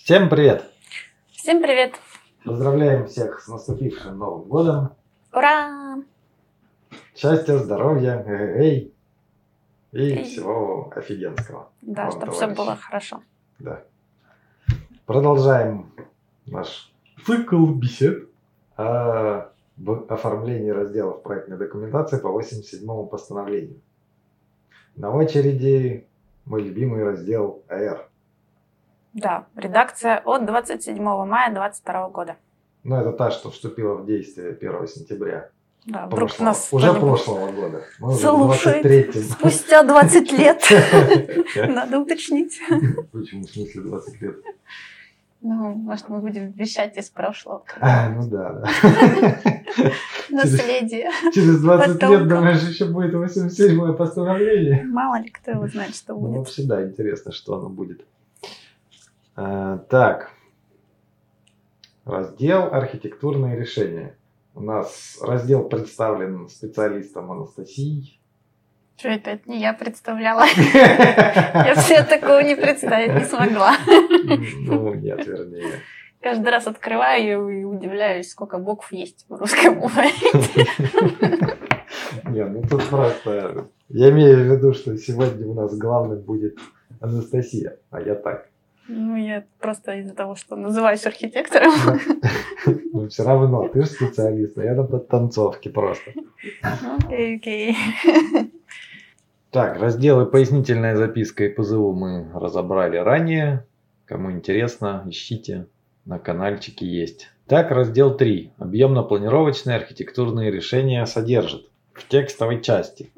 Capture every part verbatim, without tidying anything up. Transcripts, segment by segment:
Всем привет! Всем привет! Поздравляем всех с наступившим Новым годом! Ура! Счастья, здоровья, эй, и Эй. всего офигенского. Да, Вам, чтобы все товарищи. было хорошо. Да. Продолжаем наш цикл бесед о в оформлении разделов проектной документации по восемьдесят седьмому постановлению. На очереди мой любимый раздел АР. Да, редакция от двадцать седьмого мая двадцать второго года. Ну, это та, что вступила в действие первого сентября. Да, вдруг прошлого, нас уже прошлого года. Мы уже слушает в двадцать третьем. спустя двадцать лет. Надо уточнить. Почему, в смысле двадцать лет? Ну, может, мы будем вещать из прошлого. А, ну да, да. Наследие. Через двадцать лет, Потомкам. думаешь, еще будет восемьдесят седьмое постановление? Мало ли кто его знает, что Ну, будет. вообще, да, интересно, что оно будет. А, так. Раздел «Архитектурные решения». У нас раздел представлен специалистом Анастасией. Что это? Это не я представляла. Я все такого не представить не смогла. Ну, нет, вернее. Каждый раз открываю ее и удивляюсь, сколько букв есть в русском алфавите. Не, ну тут просто... Я имею в виду, что сегодня у нас главным будет Анастасия, а я так. Ну, я просто из-за того, что называюсь архитектором. Но все равно, ты же специалист, а я на подтанцовке просто. Окей, окей. Так, разделы «Пояснительная записка» и ПЗУ мы разобрали ранее. Кому интересно, ищите, на канальчике есть. Так, раздел три. Объемно-планировочные архитектурные решения содержит в текстовой части.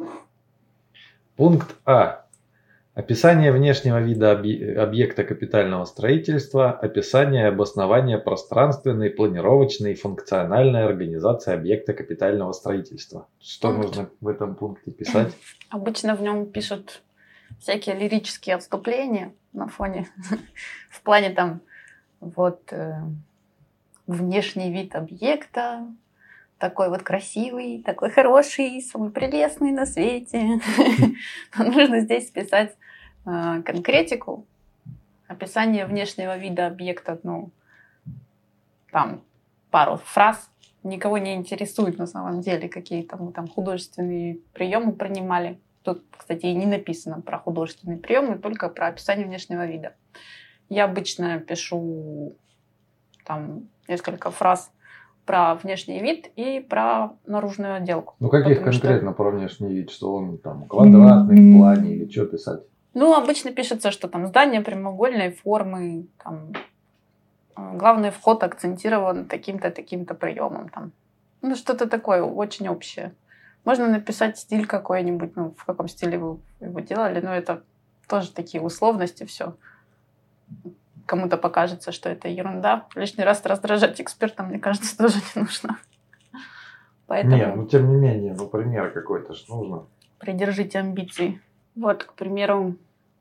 Пункт А. Описание внешнего вида объекта капитального строительства, описание и обоснование пространственной, планировочной и функциональной организации объекта капитального строительства. Что Пункт. нужно в этом пункте писать? Обычно в нем пишут всякие лирические отступления на фоне, в плане там, вот, э, внешний вид объекта, такой вот красивый, такой хороший, самый прелестный на свете. Нужно здесь писать э, конкретику, описание внешнего вида объекта, ну, там, пару фраз. Никого не интересует на самом деле, какие там, там художественные приемы принимали. Тут, кстати, и не написано про художественные приемы, только про описание внешнего вида. Я обычно пишу там несколько фраз про внешний вид и про наружную отделку. Ну, каких Потому что- конкретно про внешний вид? Что он там квадратный в плане или что писать? Ну, обычно пишется, что там здание прямоугольной формы, там, э, главный вход акцентирован таким-то, таким-то приемом. Там. Ну, что-то такое очень общее. Можно написать стиль какой-нибудь, ну, в каком стиле вы его делали, но это тоже такие условности, все. Кому-то покажется, что это ерунда. Лишний раз раздражать эксперта, мне кажется, тоже не нужно. Поэтому Нет, ну тем не менее, ну пример какой-то ж нужно. придержите амбиции. Вот, к примеру,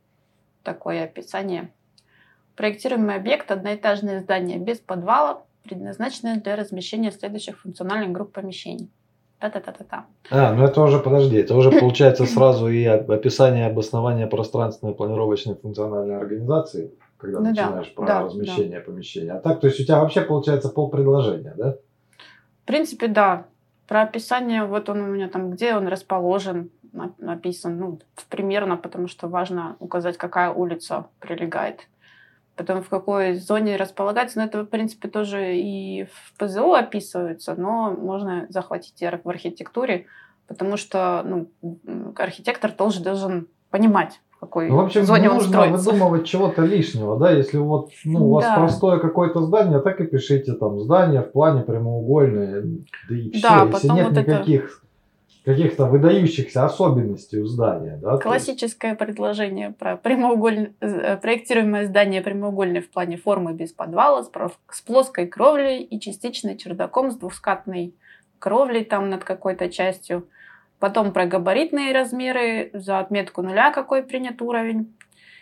такое описание. Проектируемый объект – одноэтажное здание без подвала, предназначенное для размещения следующих функциональных групп помещений. Та-та-та-та-та. А, ну это уже, подожди, это уже получается сразу и описание обоснования пространственной планировочной функциональной организации, когда Ну да, начинаешь про да, размещение помещения. А так, то есть у тебя вообще получается полпредложения, да? В принципе, да. Про описание, вот он у меня там, где он расположен, на- написан, ну, примерно, потому что важно указать, какая улица прилегает. Потом в какой зоне располагается. Но это, в принципе, тоже и в ПЗУ описывается, но можно захватить и в архитектуре, потому что ну, архитектор тоже должен понимать, в какой Ну, в общем, зоне не он нужно строится. выдумывать чего-то лишнего, да, если вот, ну, у вас Да. простое какое-то здание, так и пишите там здание в плане прямоугольное, да и все, Да, если потом нет вот это- никаких каких-то выдающихся особенностей у здания, да. то есть- Классическое предложение про прямоугольное, э, проектируемое здание прямоугольное в плане формы без подвала, с про- с плоской кровлей и частично чердаком с двускатной кровлей там над какой-то частью. Потом про габаритные размеры, за отметку нуля какой принят уровень.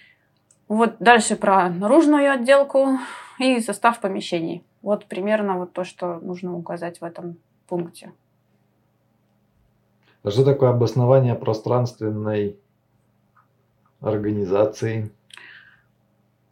Вот дальше про наружную отделку и состав помещений. Вот примерно вот то, что нужно указать в этом пункте. А что такое обоснование пространственной организации?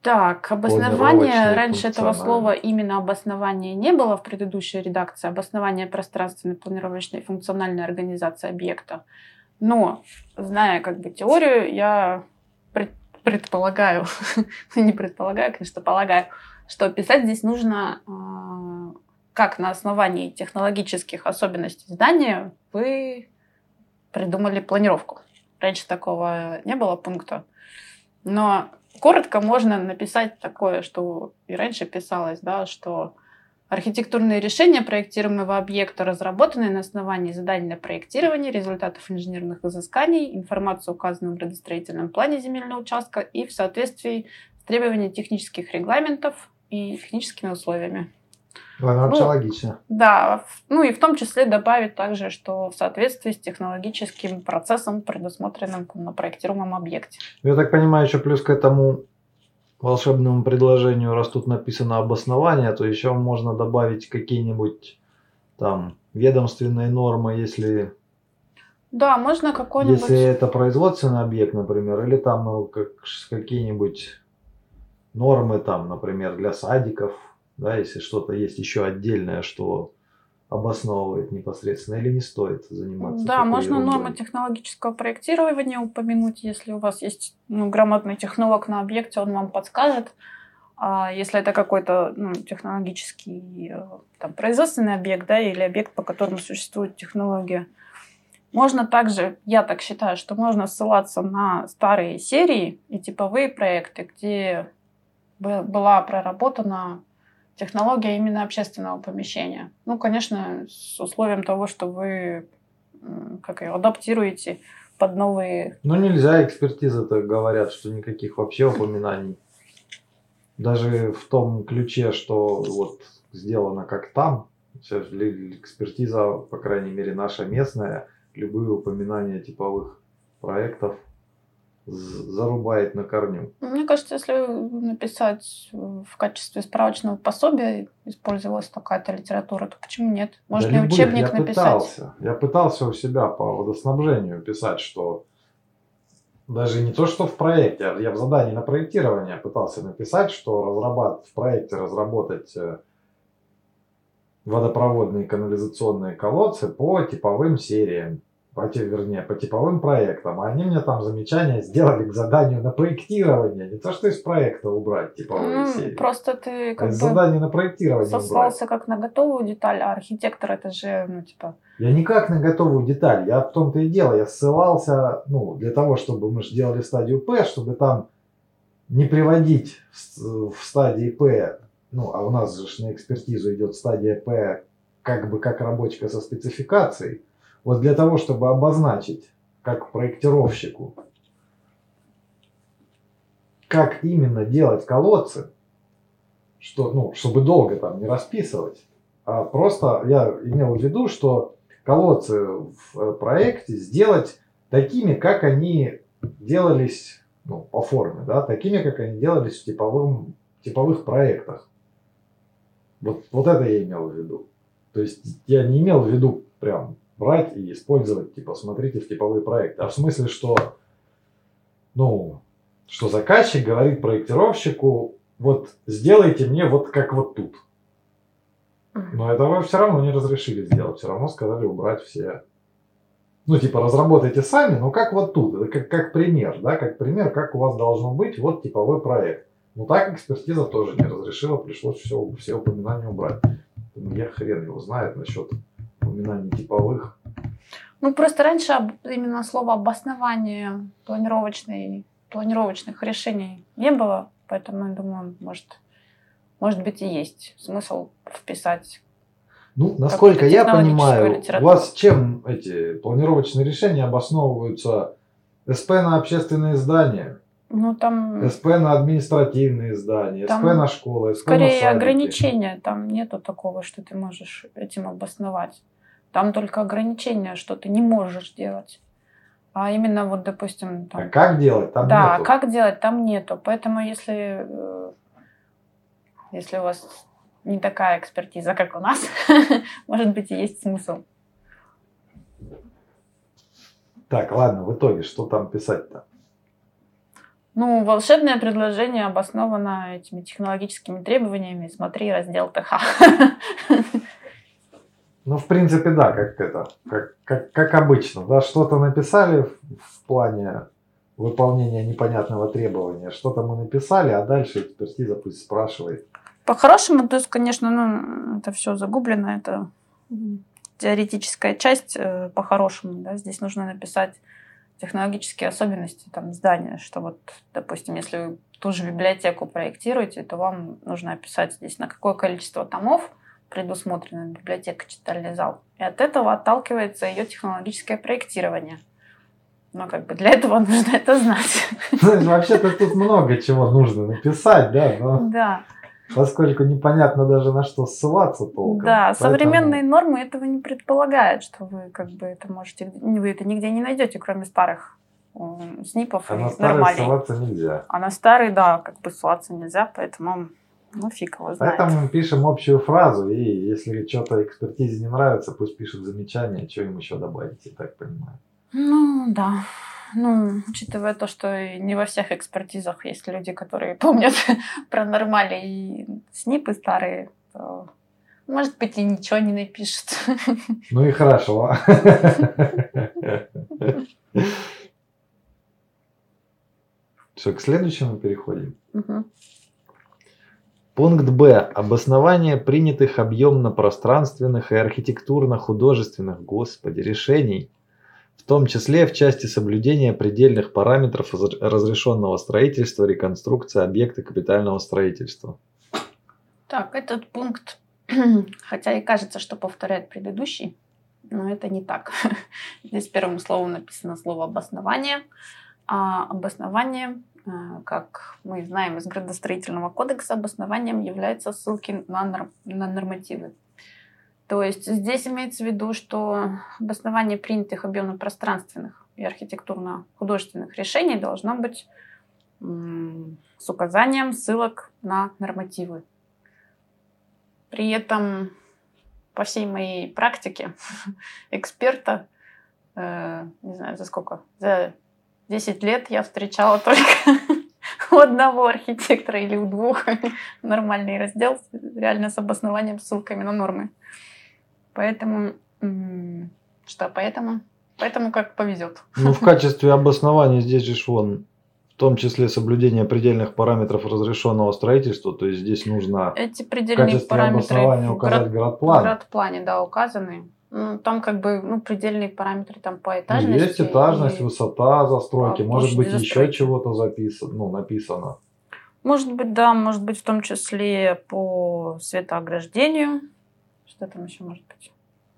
Так, обоснование, планировочные, раньше этого слова функциональные. именно обоснование не было в предыдущей редакции, обоснование пространственной, планировочной и функциональной организации объекта. Но, зная как бы теорию, я пред- предполагаю, не предполагаю, конечно, полагаю, что писать здесь нужно э, как на основании технологических особенностей здания вы придумали планировку. Раньше такого не было пункта. Но коротко можно написать такое, что и раньше писалось, да, что архитектурные решения проектируемого объекта разработаны на основании заданий на проектирование, результатов инженерных изысканий, информации, указанной в градостроительном плане земельного участка и в соответствии с требованиями технических регламентов и техническими условиями. Ладно, вообще Ну, логично. Да, в- ну и в том числе добавить также, что в соответствии с технологическим процессом, предусмотренным на проектируемом объекте. Я так понимаю, еще плюс к этому волшебному предложению, раз тут написано обоснование, то еще можно добавить какие-нибудь там ведомственные нормы, если, Да, можно какой-нибудь... если это производственный объект, например, или там ну, как, какие-нибудь нормы, там, например, для садиков, да, если что-то есть еще отдельное, что обосновывает непосредственно, или не стоит заниматься Да, такой можно ерундой. нормы технологического проектирования упомянуть, если у вас есть ну, грамотный технолог на объекте, он вам подскажет. А если это какой-то ну, технологический э, там, производственный объект, да, или объект, по которому существует технология, можно также, я так считаю, что можно ссылаться на старые серии и типовые проекты, где бы- была проработана технология именно общественного помещения. Ну, конечно, с условием того, что вы м, как ее адаптируете под новые... Ну нельзя, экспертизы-то говорят, что никаких вообще упоминаний. Даже в том ключе, что вот сделано как там, сейчас ли- экспертиза, по крайней мере наша местная, любые упоминания типовых проектов з- зарубает на корню. Мне кажется, если написать в качестве справочного пособия использовалась такая-то литература, то почему нет? Можно Да и любых, учебник я написать. пытался. Я пытался у себя по водоснабжению писать, что даже не то, что в проекте, а я в задании на проектирование пытался написать, что разрабат... в проекте разработать э, водопроводные канализационные колодцы по типовым сериям, по, ти- вернее, по типовым проектам. А они мне там замечания сделали к заданию на проектирование. Не то, что из проекта убрать типовые Ну, серии, просто ты а как из бы задания на проектирование убрать. сослался как на готовую деталь, а архитектор это же, ну, типа... Я никак на готовую деталь, я в том-то и дело, я ссылался, ну, для того, чтобы мы же делали стадию П, чтобы там не приводить в, с- в стадии П, ну, а у нас же на экспертизу идет стадия П, как бы как рабочка со спецификацией, вот для того, чтобы обозначить, как проектировщику, как именно делать колодцы, что, ну, чтобы долго там не расписывать, а просто я имел в виду, что колодцы в э, проекте сделать такими, как они делались, ну, по форме, да, такими, как они делались в типовом, типовых проектах. Вот, вот это я имел в виду. То есть я не имел в виду прям брать и использовать, типа, смотрите в типовые проекты, а в смысле, что, ну, что заказчик говорит проектировщику, вот сделайте мне вот как вот тут. Но этого все равно не разрешили сделать. Все равно сказали убрать все. Ну, типа, разработайте сами, но как вот тут. Это как, как пример, да, как пример, как у вас должно быть вот типовой проект. Ну, так экспертиза тоже не разрешила, пришлось все, все упоминания убрать. Я хрен его знает насчет упоминаний типовых. Ну, просто раньше об- именно слово обоснование планировочной, планировочных решений не было, поэтому, я думаю, может, может быть и есть смысл вписать. Ну, насколько я технологическую понимаю, у литературу. вас чем эти планировочные решения обосновываются? СП на общественные здания, Ну, там СП на административные здания, Там СП на школы, СП на скорее садики. ограничения, там нету такого, что ты можешь этим обосновать. Там только ограничения, что ты не можешь делать. А именно вот, допустим, там... А как делать? Там да, нету. как делать, там нету. Поэтому если, э, если у вас не такая экспертиза, как у нас, может быть, и есть смысл. Так, ладно, в итоге, что там писать-то? Ну, волшебное предложение обосновано этими технологическими требованиями. Смотри раздел ТХ. Ну, в принципе, да, как это, как, как, как обычно, да, что-то написали в, в плане выполнения непонятного требования, что-то мы написали, а дальше экспертиза пусть спрашивает. По-хорошему, то есть, конечно, ну, это все загублено, это теоретическая часть по-хорошему, да, здесь нужно написать технологические особенности там, здания, что вот, допустим, если вы ту же библиотеку проектируете, то вам нужно описать здесь, на какое количество томов предусмотрена библиотека, читальный зал. И от этого отталкивается ее технологическое проектирование. Но как бы для этого нужно это знать. Вообще-то тут много чего нужно написать, да, но да. Поскольку непонятно даже на что ссылаться толком. Да, поэтому... современные нормы этого не предполагают, что вы как бы это можете, вы это нигде не найдете, кроме старых снипов а и на старые нормалей. ссылаться нельзя. А на старые, да, как бы ссылаться нельзя, поэтому ну фиг его знает. Поэтому мы пишем общую фразу, и если что-то экспертизе не нравится, пусть пишут замечания, что им еще добавить, я так понимаю. Ну, да. Ну, учитывая то, что не во всех экспертизах есть люди, которые помнят про нормали и снипы старые, то, может быть, и ничего не напишут. Ну и хорошо. Все, к следующему переходим. Угу. Пункт Б. Обоснование принятых объемно-пространственных и архитектурно-художественных, господи, решений, в том числе в части соблюдения предельных параметров разрешенного строительства, реконструкции объекта капитального строительства. Так, этот пункт, хотя и кажется, что повторяет предыдущий, но это не так. Здесь первым словом написано слово «обоснование», а обоснование, как мы знаем из градостроительного кодекса, обоснованием являются ссылки на, норм, на нормативы. То есть здесь имеется в виду, что обоснование принятых объемно-пространственных и архитектурно-художественных решений должно быть м- с указанием ссылок на нормативы. При этом по всей моей практике эксперта, э, не знаю, за сколько, за десять лет я встречала только у одного архитектора или у двух нормальный раздел реально с обоснованием, ссылками на нормы. Поэтому, что, поэтому, поэтому как повезет. Ну, в качестве обоснования здесь же вон, в том числе соблюдение предельных параметров разрешенного строительства, то есть здесь нужно эти в предельные качестве параметры обоснования в указать град, градплан. в градплане, да, указаны. Ну, там как бы ну, предельные параметры там по этажности. Есть этажность, высота застройки, может быть застройки. еще чего-то записано, ну, написано. Может быть, да, может быть в том числе по светоограждению. Что там еще может быть?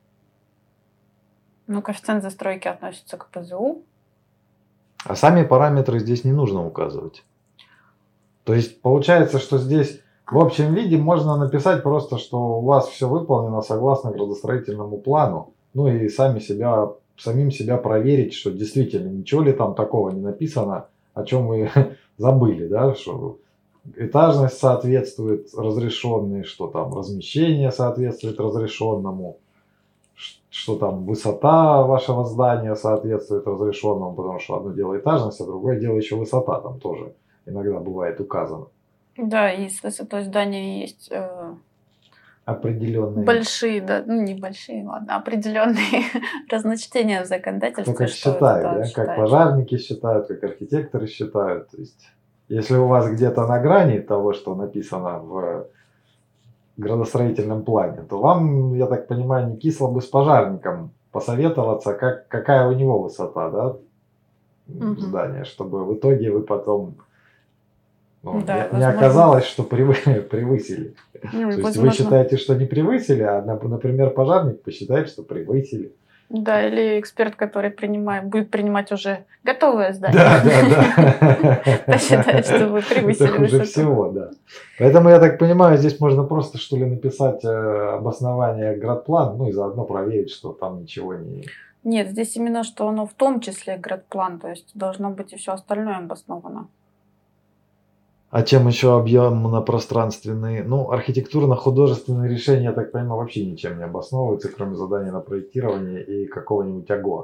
Ну, коэффициент застройки относится к ПЗУ. А сами параметры здесь не нужно указывать. То есть получается, что здесь в общем виде можно написать просто, что у вас все выполнено согласно градостроительному плану. Ну и сами себя, самим себя проверить, что действительно ничего ли там такого не написано, о чем вы забыли, да, что этажность соответствует разрешенной, что там размещение соответствует разрешенному, что там высота вашего здания соответствует разрешенному, потому что одно дело этажность, а другое дело еще высота там тоже иногда бывает указано. Да, и с высотой здания есть э, определенные большие, да, ну не большие, ладно, определенные разночтения в законодательстве. Кто как считает, да, да, как пожарники считают, как архитекторы считают. То есть, если у вас где-то на грани того, что написано в градостроительном плане, то вам, я так понимаю, не кисло бы с пожарником посоветоваться, как, какая у него высота, да, угу. здания, чтобы в итоге вы потом ну, да, не, не оказалось, что превысили. Ну, То есть вы считаете, что не превысили, а, например, пожарник посчитает, что превысили. Да, или эксперт, который принимает, будет принимать уже готовое здание. Да, да, да. Посчитает, что вы превысили высоту. Это хуже всего, да. Поэтому, я так понимаю, здесь можно просто, что ли, написать обоснование градплан, ну и заодно проверить, что там ничего не... Нет, здесь именно, что оно в том числе градплан, то есть должно быть и все остальное обосновано. А чем еще объемно-пространственные? Ну, архитектурно-художественные решения, я так понимаю, вообще ничем не обосновываются, кроме задания на проектирование и какого-нибудь АГО.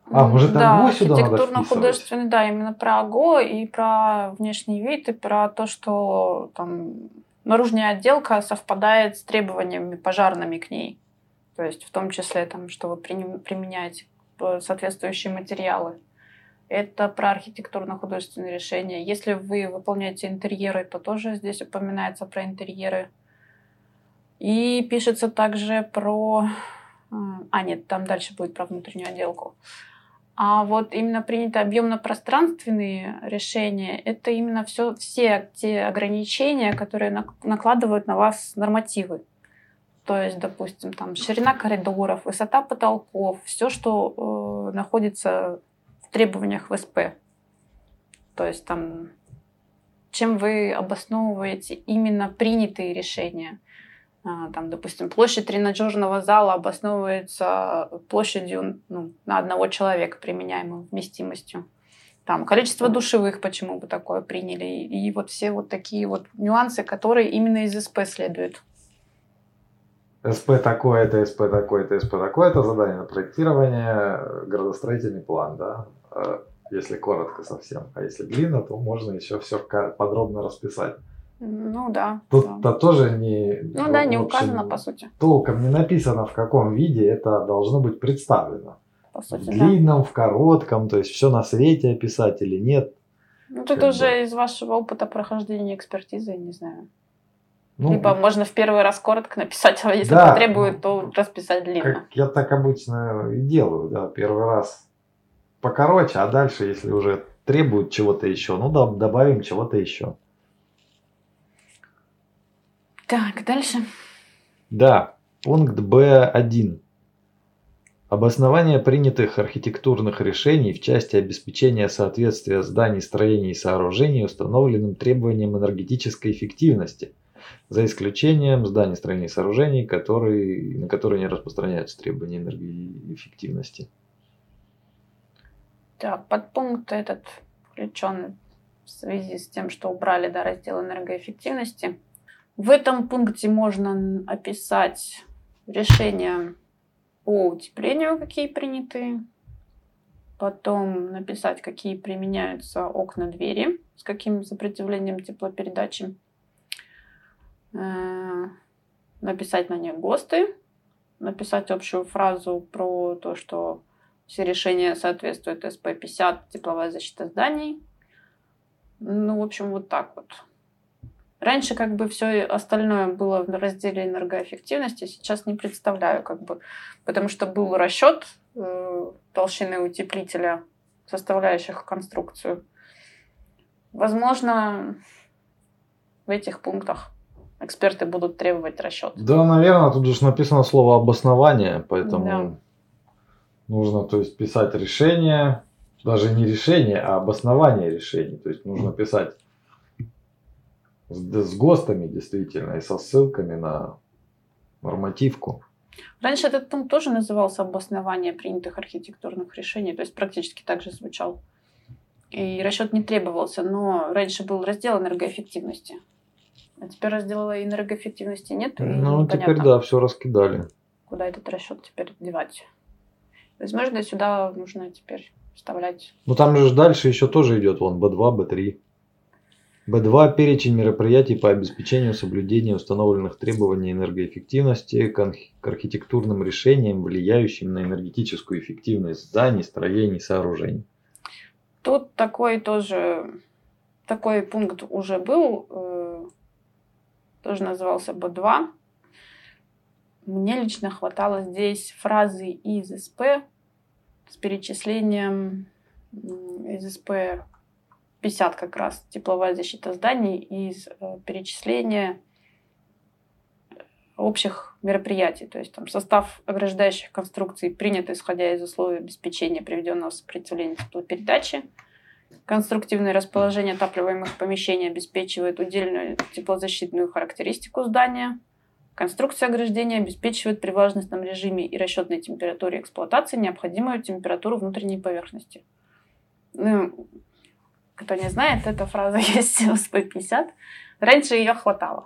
А, может, да, АГО сюда надо вписывать? архитектурно-художественный, да, именно про АГО и про внешний вид, и про то, что там наружная отделка совпадает с требованиями пожарными к ней. То есть в том числе, там, что вы применяете соответствующие материалы. Это про архитектурно-художественные решения. Если вы выполняете интерьеры, то тоже здесь упоминается про интерьеры. И пишется также про... А, нет, там дальше будет про внутреннюю отделку. А вот именно принятые объемно-пространственные решения, это именно все, все те ограничения, которые накладывают на вас нормативы. То есть, допустим, там ширина коридоров, высота потолков, все, что э, находится в требованиях в эс пэ. То есть, там, чем вы обосновываете именно принятые решения. Там, допустим, площадь тренажерного зала обосновывается площадью, ну, на одного человека, применяемой вместимостью. Там, количество душевых, почему бы такое приняли. И вот все вот такие вот нюансы, которые именно из эс пэ следуют. эс пэ такое, это эс пэ такое, это эс пэ такое, это задание на проектирование, градостроительный план, да? Если коротко совсем. А если длинно, то можно еще все подробно расписать. Ну да. Тут-то да. тоже не... Ну да, не указано, по сути. Толком не написано, в каком виде это должно быть представлено. По сути, в длинном, да. в коротком, то есть все на свете описать или нет. Ну тут уже бы... из вашего опыта прохождения экспертизы, не знаю. Ну, Либо можно в первый раз коротко написать, а если да, потребует, то расписать длинно. Как я так обычно и делаю, да, первый раз покороче, а дальше, если уже требует чего-то еще, ну да, добавим чего-то еще. Так, дальше. Да, пункт бэ один. Обоснование принятых архитектурных решений в части обеспечения соответствия зданий, строений и сооружений установленным требованиям энергетической эффективности, за исключением зданий, строений и сооружений, которые, на которые не распространяются требования энергоэффективности. Так, подпункт этот включен в связи с тем, что убрали, да, раздел энергоэффективности. В этом пункте можно описать решения по утеплению, какие приняты. Потом написать, какие применяются окна, двери, с каким сопротивлением теплопередачи. Написать на них ГОСТы. Написать общую фразу про то, что все решения соответствуют эс пэ пятьдесят, тепловая защита зданий. Ну, в общем, вот так вот. Раньше как бы все остальное было в разделе энергоэффективности, сейчас не представляю, как бы, потому что был расчет э, толщины утеплителя, составляющих конструкцию. Возможно, в этих пунктах эксперты будут требовать расчет. Да, наверное, тут же написано слово обоснование, поэтому да. нужно, то есть, писать решение, даже не решение, а обоснование решений. То есть нужно писать с ГОСТами действительно и со ссылками на нормативку. Раньше этот пункт тоже назывался обоснование принятых архитектурных решений, то есть практически так же звучал. И расчет не требовался, но раньше был раздел энергоэффективности. А теперь раздела энергоэффективности нет. И ну, непонятно, теперь да, все раскидали. Куда этот расчет теперь девать. Возможно, сюда нужно теперь вставлять. Ну там же дальше еще тоже идет вон бэ два, бэ три. бэ два – перечень мероприятий по обеспечению соблюдения установленных требований энергоэффективности к архитектурным решениям, влияющим на энергетическую эффективность зданий, строений, сооружений. Тут такой тоже, такой пункт уже был, э, тоже назывался бэ два. Мне лично хватало здесь фразы из эс пэ с перечислением из эс пэ пятьдесят как раз, тепловая защита зданий, из э, перечисления общих мероприятий. То есть там состав ограждающих конструкций принят, исходя из условий обеспечения приведенного сопротивления теплопередачи. Конструктивное расположение отапливаемых помещений обеспечивает удельную теплозащитную характеристику здания. Конструкция ограждения обеспечивает при влажностном режиме и расчетной температуре эксплуатации необходимую температуру внутренней поверхности. Ну, кто не знает, эта фраза есть в эс пэ пятьдесят. Раньше ее хватало.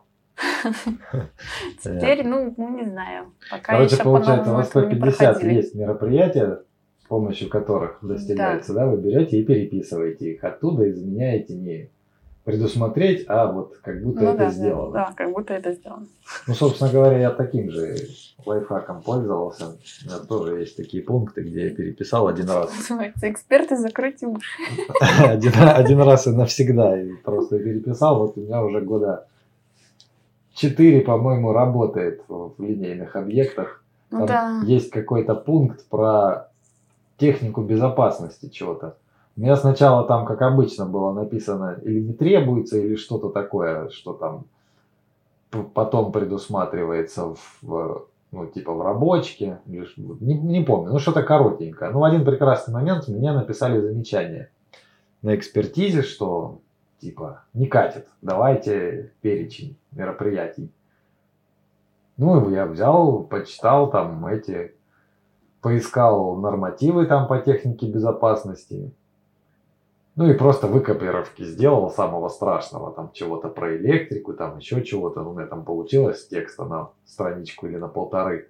Теперь, ну, ну, не знаю. Пока Короче, еще получается, в эс пэ по-новому пятьдесят есть мероприятия, с помощью которых достигается, да. да, вы берете и переписываете их оттуда и заменяете не предусмотреть, а вот как будто ну, это да, сделано. Да, да, как будто это сделано. Ну, собственно говоря, я таким же лайфхаком пользовался. У меня тоже есть такие пункты, где я переписал один раз. Называется эксперты, закройте уши. Один, один раз и навсегда. И просто переписал. Вот у меня уже года четыре, по-моему, работает в линейных объектах. Ну, Там да. есть какой-то пункт про технику безопасности чего-то. У меня сначала там, как обычно, было написано или не требуется, или что-то такое, что там потом предусматривается в, ну, типа в рабочке, не, не помню, ну что-то коротенькое. Но в один прекрасный момент мне написали замечание на экспертизе, что типа не катит, давайте перечень мероприятий. Ну, я взял, почитал там эти, поискал нормативы там по технике безопасности. Ну и просто выкопировки сделал самого страшного, там чего-то про электрику, там еще чего-то. У меня там получилось текста на страничку или на полторы.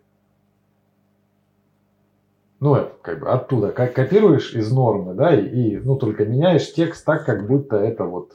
Ну, это как бы оттуда как копируешь из нормы, да, и, и ну только меняешь текст так, как будто это вот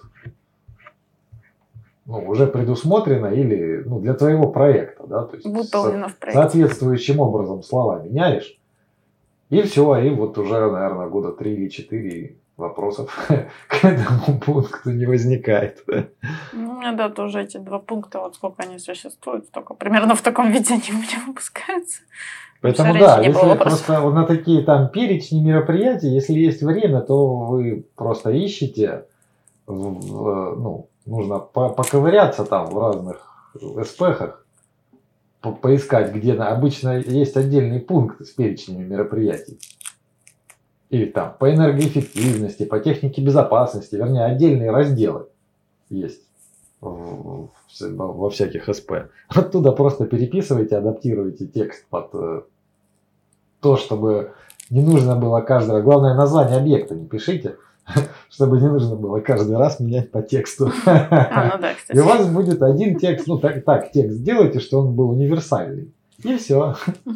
ну, уже предусмотрено или ну, для твоего проекта, да, то есть выполнено со- в проекте. соответствующим образом слова меняешь. И все, и вот уже, наверное, года три или четыре вопросов к этому пункту не возникает. Ну, у меня, да, тоже эти два пункта, вот сколько они существуют, столько примерно в таком виде они у меня выпускаются. Поэтому да, если просто вот на такие там перечни мероприятий, если есть время, то вы просто ищете, в, в, ну, нужно по поковыряться там в разных эспехах, по поискать, где на, обычно есть отдельный пункт с перечнями мероприятий. Или там по энергоэффективности, по технике безопасности, вернее, отдельные разделы есть в, в, во всяких СП. Оттуда просто переписывайте, адаптируйте текст под э, то, чтобы не нужно было каждый раз. Главное, название объекта не пишите, чтобы не нужно было каждый раз менять по тексту. А, ну да, кстати. И у вас будет один текст, ну так, так текст сделайте, что он был универсальный. И все.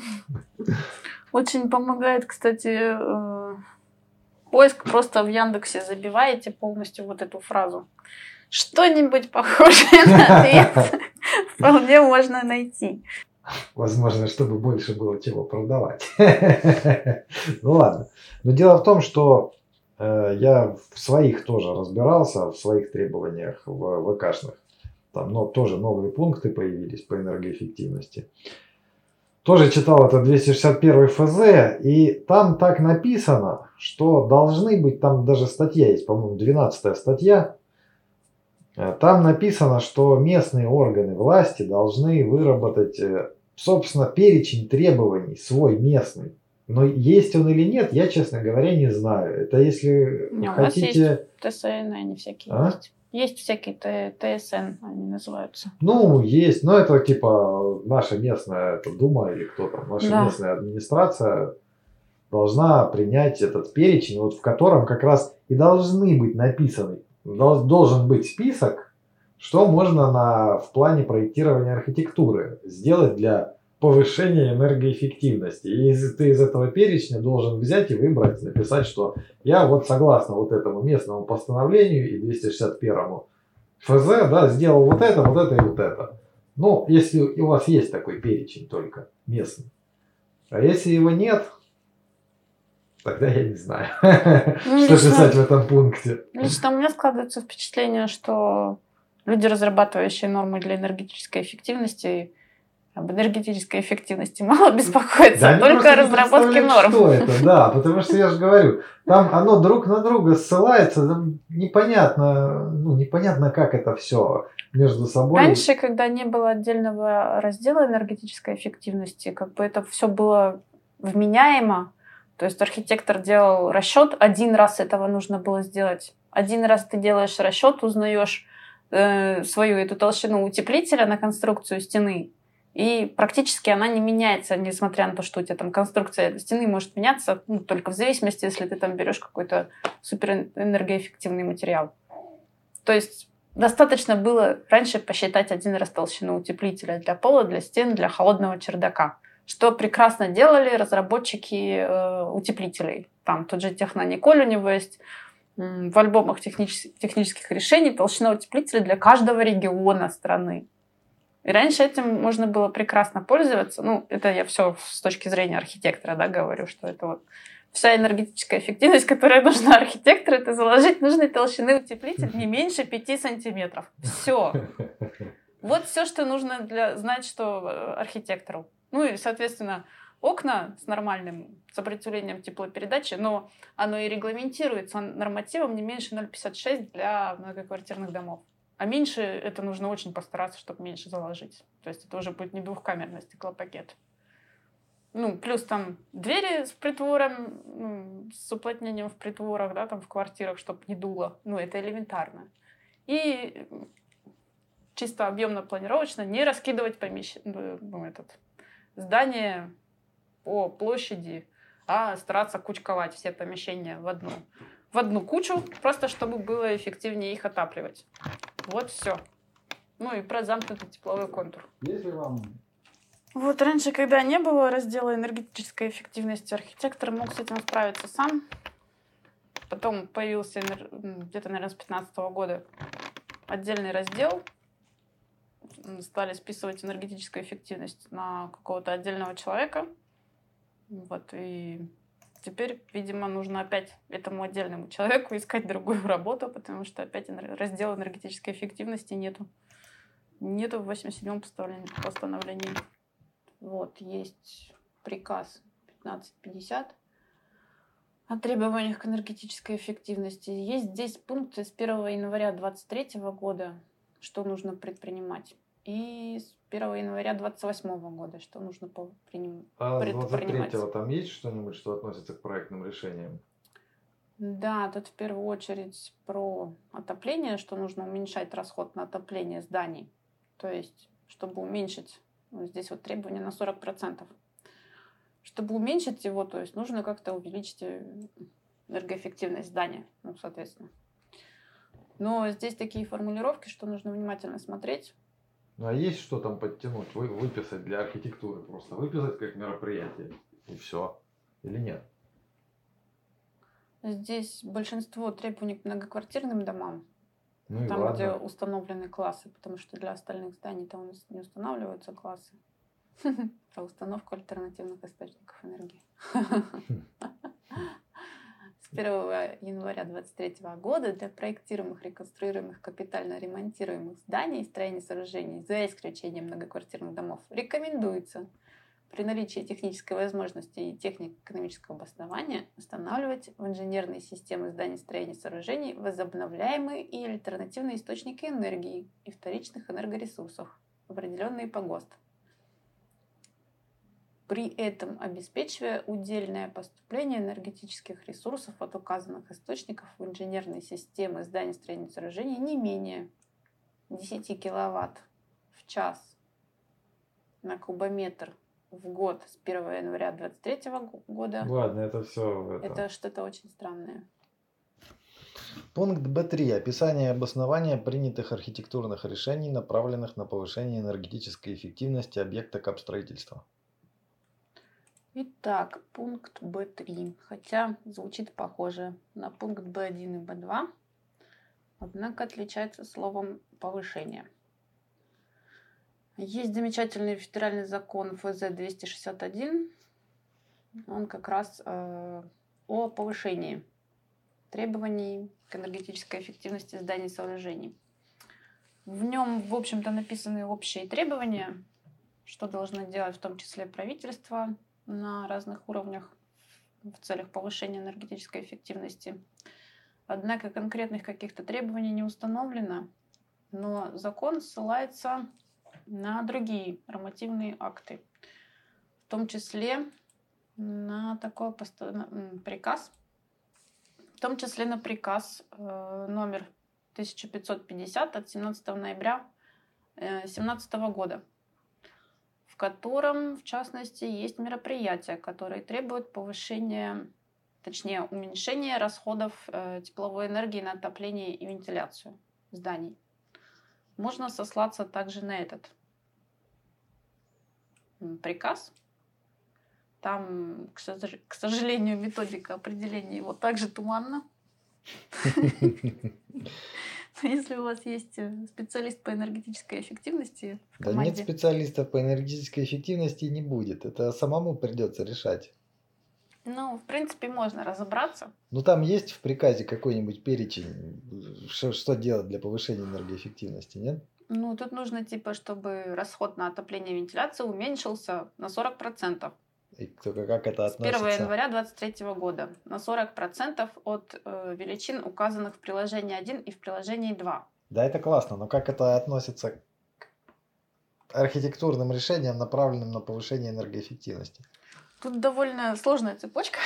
Очень помогает, кстати, поиск. Просто в Яндексе забиваете полностью вот эту фразу. Что-нибудь похожее на ответ вполне можно найти. Возможно, чтобы больше было чего продавать. Ну ладно. Но дело в том, что я в своих тоже разбирался, в своих требованиях в ВКшных. Там но тоже новые пункты появились по энергоэффективности. Тоже читал это двести шестьдесят первый эф зэ, и там так написано, что должны быть, там даже статья есть, по-моему, двенадцатая статья, там написано, что местные органы власти должны выработать, собственно, перечень требований свой местный. Но есть он или нет, я, честно говоря, не знаю. Это если Не, хотите... У нас есть тэ эс эн, они всякие а? есть. Есть всякие тэ эс эн, они называются. Ну, есть. Но это типа наша местная это, дума или кто там, наша Да. местная администрация должна принять этот перечень, вот в котором как раз и должны быть написаны, должен быть список, что можно на, в плане проектирования архитектуры сделать для повышения энергоэффективности. И из, ты из этого перечня должен взять и выбрать, написать, что я вот согласно вот этому местному постановлению и двести шестьдесят первому эф зэ, да, сделал вот это, вот это и вот это. Ну, если у вас есть такой перечень только местный. А если его нет, тогда я не знаю, Ну, что лично- писать в этом пункте. Лично у меня складывается впечатление, что люди, разрабатывающие нормы для энергетической эффективности, об энергетической эффективности мало беспокоятся, Да а они только просто о не разработке представляют, норм. что это, да, потому что я же говорю, там оно друг на друга ссылается, там непонятно, ну, непонятно, как это все между собой. Раньше, когда не было отдельного раздела энергетической эффективности, как бы это все было вменяемо. То есть архитектор делал расчет, один раз этого нужно было сделать. Один раз ты делаешь расчет, узнаешь э, свою эту толщину утеплителя на конструкцию стены, и практически она не меняется, несмотря на то, что у тебя там конструкция стены может меняться, ну, только в зависимости, если ты там берешь какой-то суперэнергоэффективный материал. То есть достаточно было раньше посчитать один раз толщину утеплителя для пола, для стен, для холодного чердака. что прекрасно делали разработчики э, утеплителей. Там тот же Технониколь у него есть. В альбомах технических, технических решений толщина утеплителя для каждого региона страны. И раньше этим можно было прекрасно пользоваться. Ну, это я все с точки зрения архитектора, да, говорю, что это вот вся энергетическая эффективность, которая нужна архитектору, это заложить нужной толщины утеплитель не меньше пяти сантиметров. Все. Вот все, что нужно для знать, что архитектору. Ну и, соответственно, окна с нормальным сопротивлением теплопередачи, но оно и регламентируется нормативом не меньше ноль целых пятьдесят шесть сотых для многоквартирных домов. А меньше это нужно очень постараться, чтобы меньше заложить. То есть это уже будет не двухкамерный стеклопакет. Ну, плюс там двери с притвором, ну, с уплотнением в притворах, да, там в квартирах, чтобы не дуло. Ну, это элементарно. И чисто объемно-планировочно не раскидывать помещение, ну, этот, здание по площади, а стараться кучковать все помещения в одну, в одну кучу, просто чтобы было эффективнее их отапливать. Вот все. Ну и про замкнутый тепловой контур. Если вам... Вот раньше, когда не было раздела энергетической эффективности, архитектор мог с этим справиться сам. Потом появился где-то, наверное, с две тысячи пятнадцатого года отдельный раздел. Стали списывать энергетическую эффективность на какого-то отдельного человека. Вот, и теперь, видимо, нужно опять этому отдельному человеку искать другую работу, потому что опять раздела энергетической эффективности нету. Нету в восемьдесят седьмом постановлении. Вот, есть приказ пятнадцать пятьдесят о требованиях к энергетической эффективности. Есть здесь пункты с первого января двадцать третьего года, что нужно предпринимать. И с первого января двадцать восьмого года, что нужно предпринимать. А с двадцать третьего там есть что-нибудь, что относится к проектным решениям? Да, тут в первую очередь про отопление, что нужно уменьшать расход на отопление зданий. То есть, чтобы уменьшить, вот здесь вот требования на сорок процентов. Чтобы уменьшить его, то есть нужно как-то увеличить энергоэффективность здания, ну, соответственно. Но здесь такие формулировки, что нужно внимательно смотреть. Ну, а есть что там подтянуть, вы, выписать для архитектуры, просто выписать как мероприятие, и все, или нет? Здесь большинство требований к многоквартирным домам, ну там, ладно. где установлены классы, потому что для остальных зданий там у нас не устанавливаются классы. Про установку альтернативных источников энергии. С первого января двадцать третьего года для проектируемых, реконструируемых, капитально ремонтируемых зданий и строений сооружений, за исключением многоквартирных домов, рекомендуется при наличии технической возможности и технико-экономического обоснования устанавливать в инженерные системы зданий, строений, сооружений возобновляемые и альтернативные источники энергии и вторичных энергоресурсов, определенные по ГОСТ. При этом обеспечивая удельное поступление энергетических ресурсов от указанных источников в инженерные системы зданий, строений, сооружений не менее десять киловатт в час на кубометр в год с первого января двадцать третьего года. Ладно, это все. Это, это что-то очень странное. Пункт Б три. Описание и обоснование принятых архитектурных решений, направленных на повышение энергетической эффективности объекта капстроительства. Итак, пункт Б три, хотя звучит похоже на пункт Б один и Б два, однако отличается словом повышение. Есть замечательный федеральный закон эф зэ двести шестьдесят один, он как раз э, о повышении требований к энергетической эффективности зданий и сооружений. В нем, в общем-то, написаны общие требования, что должно делать в том числе правительство на разных уровнях в целях повышения энергетической эффективности. Однако конкретных каких-то требований не установлено, но закон ссылается на другие нормативные акты, в том числе на такой приказ, в том числе на приказ номер тысяча пятьсот пятьдесят от семнадцатого ноября две тысячи семнадцатого года, в котором, в частности, есть мероприятия, которые требуют повышения, точнее, уменьшения расходов э, тепловой энергии на отопление и вентиляцию зданий. Можно сослаться также на этот приказ Там, к сож- к сожалению, методика определения его также туманна. Если у вас есть э, специалист по энергетической эффективности в Да нет команде, специалистов по энергетической эффективности и не будет. Это самому придется решать. ну, в принципе, можно разобраться. Ну там есть в приказе какой-нибудь перечень, что, что делать для повышения энергоэффективности, нет? Ну, тут нужно, типа, чтобы расход на отопление и вентиляцию уменьшился на сорок процентов. И только как это С первого относится? января две тысячи двадцать третьего года на сорок процентов от э, величин, указанных в приложении один и в приложении два. Да, это классно, но как это относится к архитектурным решениям, направленным на повышение энергоэффективности? Тут довольно сложная цепочка.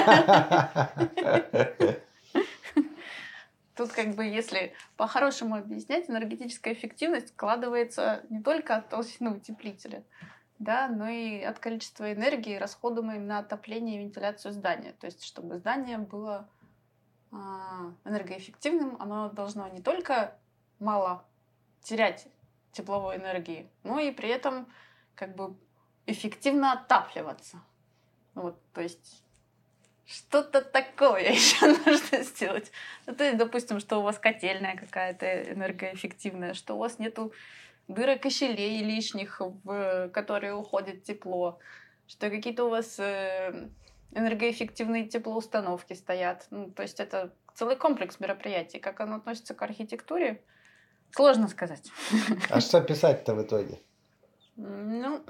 Тут как бы, если по-хорошему объяснять, энергетическая эффективность складывается не только от толщины утеплителя, да, но и от количества энергии, расходуемой на отопление и вентиляцию здания. То есть, чтобы здание было а, энергоэффективным, оно должно не только мало терять тепловой энергии, но и при этом как бы эффективно отапливаться. Вот, то есть что-то такое еще нужно сделать. Ну, то есть, допустим, что у вас котельная какая-то энергоэффективная, что у вас нету дырок и щелей лишних, в которые уходит тепло, что какие-то у вас э, энергоэффективные теплоустановки стоят. Ну, то есть это целый комплекс мероприятий. Как оно относится к архитектуре, сложно сказать. А что писать-то в итоге? Ну,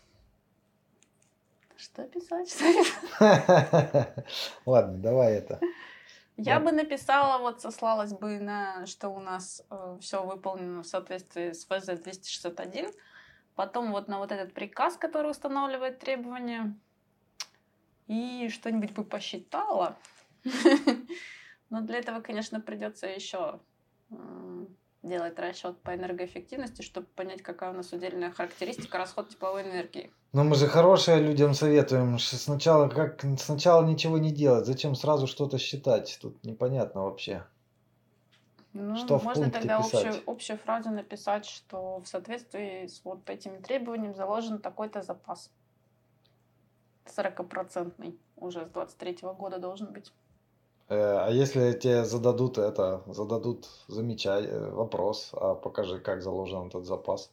что писать? Что писать? Ладно, давай это. Я Да. бы написала, вот сослалась бы на, что у нас э, все выполнено в соответствии с вэ зэ двести шестьдесят один. Потом вот на вот этот приказ, который устанавливает требования. И что-нибудь бы посчитала. Но для этого, конечно, придется еще делать расчет по энергоэффективности, чтобы понять, какая у нас удельная характеристика расход тепловой энергии. Но мы же хорошие людям советуем. Ш- Сначала как сначала ничего не делать. Зачем сразу что-то считать? Тут непонятно вообще. Ну, Что в можно пункте тогда писать? общую, общую фразу написать, что в соответствии с вот этими требованиями заложен такой-то запас. сорокопроцентный уже с двадцать третьего года должен быть. Э, а если тебе зададут это, зададут замечай, э, вопрос, а покажи, как заложен этот запас?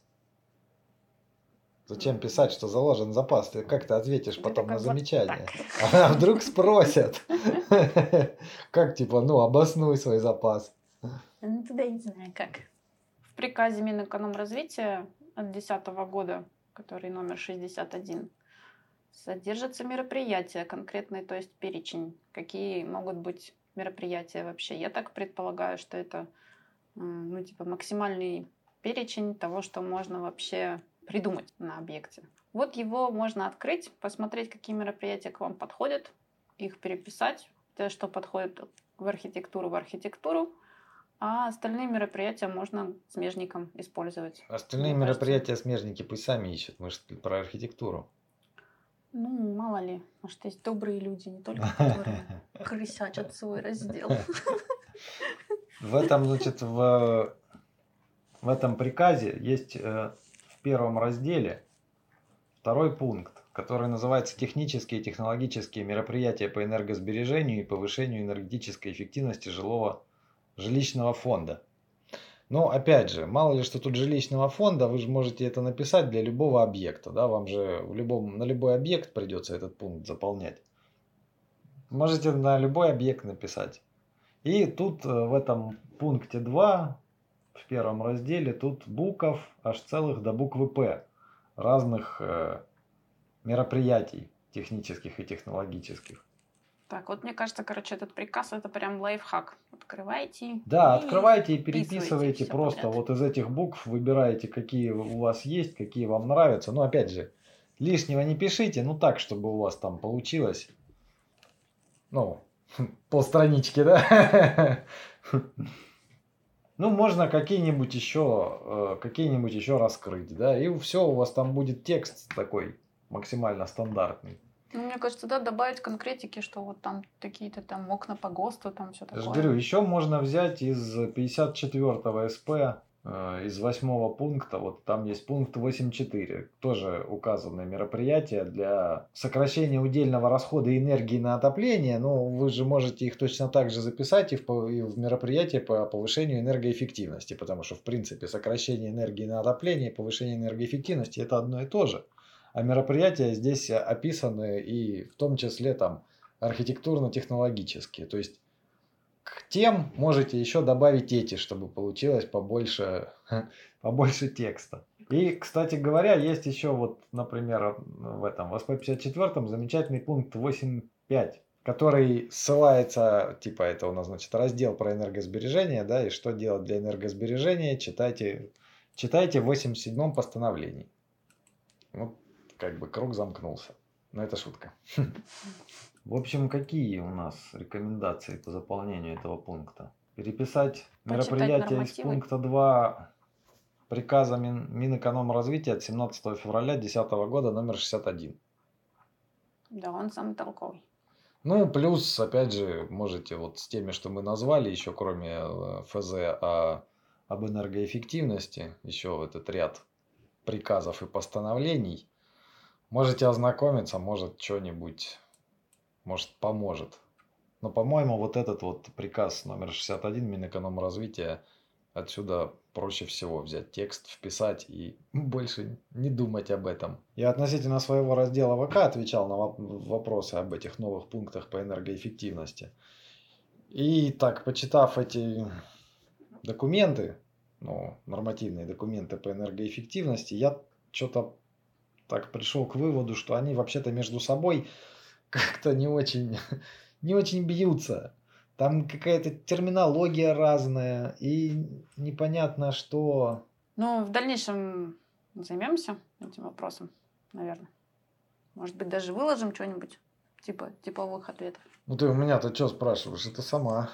Зачем писать, что заложен запас? Ты как ты ответишь Ты потом на такой, вот замечание? так. А вдруг спросят? Как типа, ну, обоснуй свой запас. Ну, туда я не знаю как. В приказе Минэкономразвития от две тысячи десятого года, который номер шестьдесят один, содержатся мероприятия конкретные, то есть перечень, какие могут быть мероприятия вообще. Я так предполагаю, что это м, ну, типа максимальный перечень того, что можно вообще придумать на объекте. Вот его можно открыть, посмотреть, какие мероприятия к вам подходят, их переписать, те, что подходит в архитектуру, в архитектуру, а остальные мероприятия можно смежником использовать. Остальные Мне кажется. мероприятия смежники пусть сами ищут. Мы же про архитектуру. Ну, мало ли, может, есть добрые люди, не только которые крысячат свой раздел. В этом, значит, в, в этом приказе есть э, в первом разделе второй пункт, который называется «Технические и технологические мероприятия по энергосбережению и повышению энергетической эффективности жилого, жилищного фонда». Но опять же, мало ли что тут жилищного фонда, вы же можете это написать для любого объекта. Да? Вам же в любом, на любой объект придется этот пункт заполнять. Можете на любой объект написать. И тут в этом пункте два, в первом разделе, тут букв аж целых до буквы П разных э, мероприятий технических и технологических. Так, вот мне кажется, короче, этот приказ это прям лайфхак. Открывайте. Да, и открывайте и вписывайте переписывайте всё просто подряд. вот из этих букв, выбираете, какие у вас есть, какие вам нравятся. Но опять же, лишнего не пишите, ну так, чтобы у вас там получилось. Ну, полстранички, да? Ну, можно какие-нибудь еще, какие-нибудь еще раскрыть, да, и все, у вас там будет текст такой максимально стандартный. Ну, мне кажется, да, добавить конкретики, что вот там какие-то там окна по ГОСТу, там все Я же такое. говорю, еще можно взять из пятьдесят четвёртого СП из восьмого пункта, вот там есть пункт восемь точка четыре, тоже указаны мероприятия для сокращения удельного расхода энергии на отопление, но вы же можете их точно так же записать и в, и в мероприятие по повышению энергоэффективности, потому что в принципе сокращение энергии на отопление и повышение энергоэффективности это одно и то же, а мероприятия здесь описаны и в том числе там архитектурно-технологические, то есть к тем можете еще добавить эти, чтобы получилось побольше, побольше текста. И, кстати говоря, есть еще вот, например, в этом в эс пэ пятьдесят четыре замечательный пункт восемь точка пять, который ссылается, типа это у нас, значит, раздел про энергосбережение, да, и что делать для энергосбережения, читайте, читайте в восемьдесят седьмом постановлении. Вот как бы круг замкнулся. Но это шутка. В общем, какие у нас рекомендации по заполнению этого пункта? Переписать Почитать мероприятие из нормативы. пункта два приказа Мин, Минэкономразвития от семнадцатого февраля две тысячи десятого года номер шестьдесят один. Да, он самый толковый. Ну, плюс, опять же, можете вот с теми, что мы назвали, еще кроме эф зэ о, об энергоэффективности, еще этот ряд приказов и постановлений, можете ознакомиться, может что-нибудь... Может, поможет. Но, по-моему, вот этот вот приказ номер шестьдесят один Минэкономразвития, отсюда проще всего взять текст, вписать и больше не думать об этом. Я относительно своего раздела вэ ка отвечал на вопросы об этих новых пунктах по энергоэффективности. И так, почитав эти документы, ну, нормативные документы по энергоэффективности, я что-то так пришел к выводу, что они вообще-то между собой как-то не очень, не очень бьются. Там какая-то терминология разная и непонятно что. Ну, в дальнейшем займемся этим вопросом, наверное. Может быть, даже выложим что-нибудь типа типовых ответов. Ну ты у меня-то что спрашиваешь? Это сама.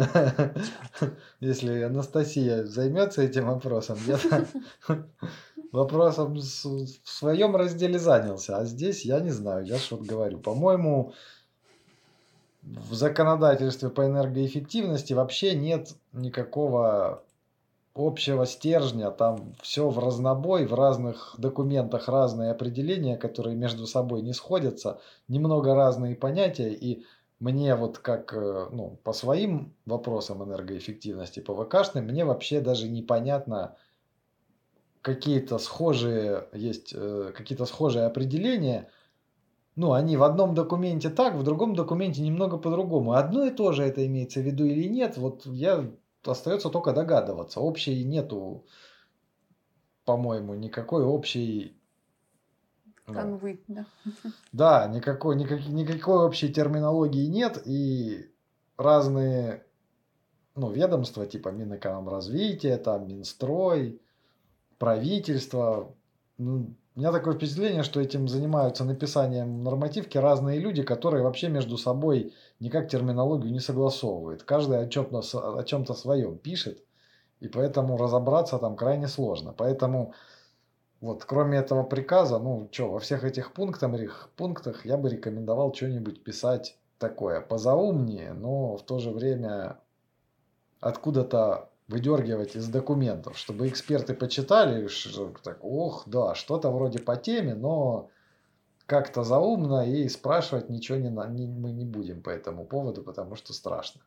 Если Анастасия займется этим вопросом, я вопросом в своем разделе занялся, а здесь я не знаю, я что-то говорю. По-моему, в законодательстве по энергоэффективности вообще нет никакого общего стержня, там все в разнобой, в разных документах разные определения, которые между собой не сходятся, немного разные понятия, и мне вот как, ну, по своим вопросам энергоэффективности, по ВКшным, мне вообще даже непонятно, какие-то схожие есть, какие-то схожие определения, ну, они в одном документе так, в другом документе немного по-другому. Одно и то же это имеется в виду или нет, вот я остается только догадываться. Общей нету, по-моему, никакой общей... Ну, Канвы, да. да, никакой, никак, никакой общей терминологии нет, и разные, ну, ведомства, типа Минэкономразвития, там, Минстрой, правительство, ну, у меня такое впечатление, что этим занимаются написанием нормативки разные люди, которые вообще между собой никак терминологию не согласовывают. Каждый о чем-то, о чем-то своем пишет, и поэтому разобраться там крайне сложно. Поэтому вот кроме этого приказа, ну что, во всех этих пунктах, пунктах я бы рекомендовал что-нибудь писать такое позаумнее, но в то же время откуда-то выдергивать из документов, чтобы эксперты почитали, что, так, ох, да, что-то вроде по теме, но как-то заумно, и спрашивать ничего не, не, мы не будем по этому поводу, потому что страшно.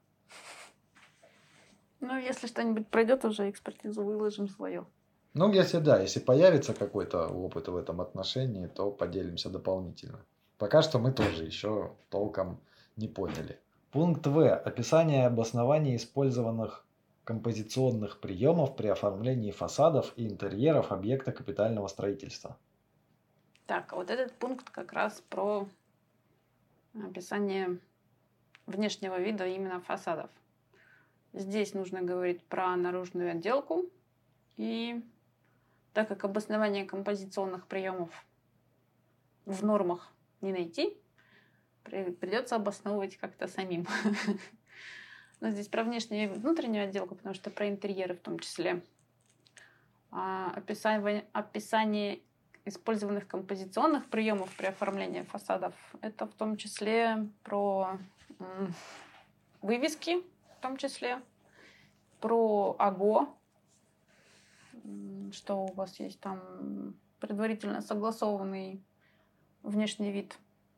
Ну, если что-нибудь пройдет, уже экспертизу выложим свою. Ну, если да, если появится какой-то опыт в этом отношении, то поделимся дополнительно. Пока что мы тоже еще толком не поняли. Пункт В. Описание обоснования использованных композиционных приемов при оформлении фасадов и интерьеров объекта капитального строительства. Так, вот этот пункт как раз про описание внешнего вида именно фасадов. Здесь нужно говорить про наружную отделку. И так как обоснование композиционных приемов в нормах не найти, придется обосновывать как-то самим. Но здесь про внешнюю и внутреннюю отделку, потому что про интерьеры в том числе. А описание, описание использованных композиционных приемов при оформлении фасадов, это в том числе про м, вывески, в том числе про АГО, что у вас есть там предварительно согласованный внешний вид,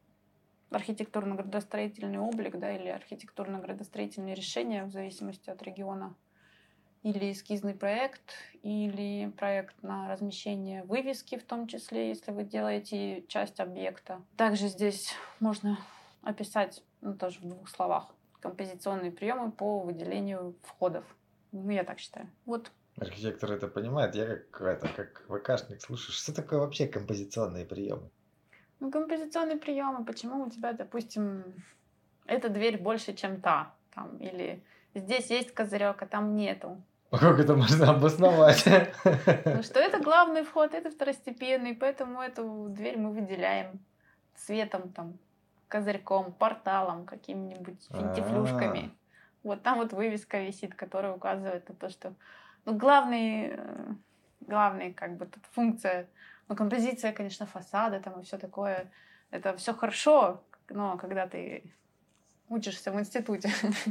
архитектурно-градостроительный облик, да, или архитектурно-градостроительные решения в зависимости от региона, или эскизный проект, или проект на размещение вывески, в том числе, если вы делаете часть объекта. Также здесь можно описать, ну, тоже в двух словах, композиционные приемы по выделению входов. Ну, я так считаю. Вот. Архитектор это понимает, я как это, как ВКшник, слушай, что такое вообще композиционные приемы? Ну, композиционные приемы, почему у тебя, допустим, эта дверь больше, чем та, там, или здесь есть козырек, а там нету. А как это можно обосновать? Ну, что это главный вход, это второстепенный, поэтому эту дверь мы выделяем цветом, там, козырьком, порталом, какими-нибудь финтифлюшками. Вот там вот вывеска висит, которая указывает на то, что... Ну, главный, главный, как бы, тут функция, ну, композиция, конечно, фасада там и все такое, это все хорошо, но когда ты учишься в институте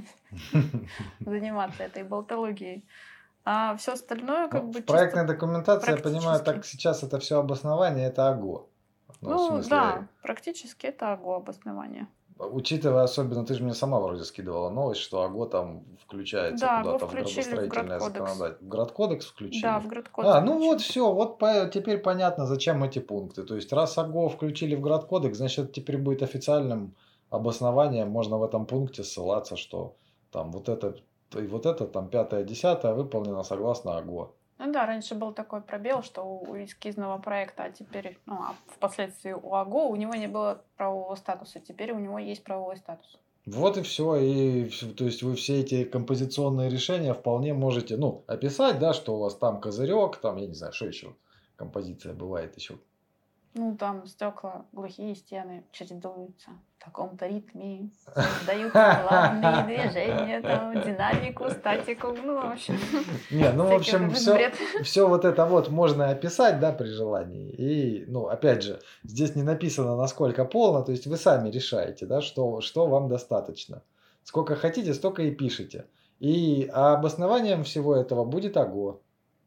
заниматься этой болтологией, а все остальное как бы... Проектная документация, я понимаю, так сейчас это все обоснование, это АГО. Ну, да, практически это АГО обоснование. Учитывая особенно, ты же мне сама вроде скидывала новость, что АГО там включается да, куда-то в в градостроительное законодательство. В градкодекс включили? Да, в градкодекс. А, ну вот все, вот по, теперь понятно, зачем эти пункты. То есть раз АГО включили в градкодекс, значит теперь будет официальным обоснованием, можно в этом пункте ссылаться, что там вот это и вот это, там пятое, десятое выполнено согласно АГО. Ну да, раньше был такой пробел, что у эскизного проекта, а теперь, ну, а впоследствии у АГО у него не было правового статуса, теперь у него есть правовой статус. Вот и все. И то есть вы все эти композиционные решения вполне можете, ну, описать, да, что у вас там козырек, там, я не знаю, что еще композиция бывает еще. Ну, там стекла, глухие стены чередуются в таком-то ритме, создают плавные движения, там, динамику, статику, ну, в общем. Не, ну, в общем, все, все вот это вот можно описать, да, при желании. И, ну, опять же, здесь не написано, насколько полно, то есть вы сами решаете, да, что, что вам достаточно. Сколько хотите, столько и пишите. И обоснованием всего этого будет АГО.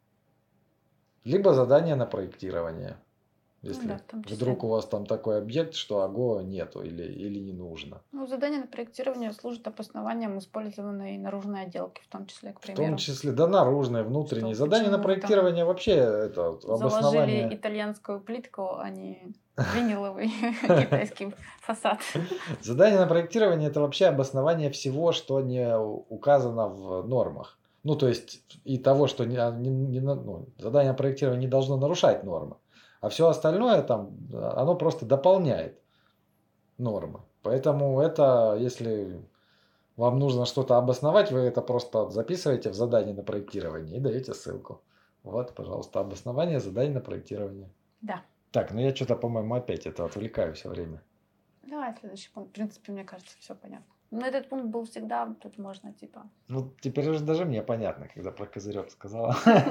Либо задание на проектирование. Если ну, да, вдруг у вас там такой объект, что АГО нету или, или не нужно. Ну, задание на проектирование служит обоснованием использованной наружной отделки, в том числе, к примеру. В том числе, да, наружной, внутренней. Что, задание на проектирование вообще это обоснование. Заложили итальянскую плитку, а не виниловый китайский фасад. Задание на проектирование это вообще обоснование всего, что не указано в нормах. Ну, то есть и того, что не, не, не, ну, задание на проектирование не должно нарушать нормы. А все остальное там, оно просто дополняет нормы. Поэтому это, если вам нужно что-то обосновать, вы это просто записываете в задание на проектирование и даете ссылку. Вот, пожалуйста, обоснование задания на проектирование. Да. Так, ну я что-то, по-моему, опять это отвлекаю все время. Давай следующий пункт. В принципе, мне кажется, все понятно. Но этот пункт был всегда, тут можно типа... Ну, теперь уже даже мне понятно, когда про козырек сказала.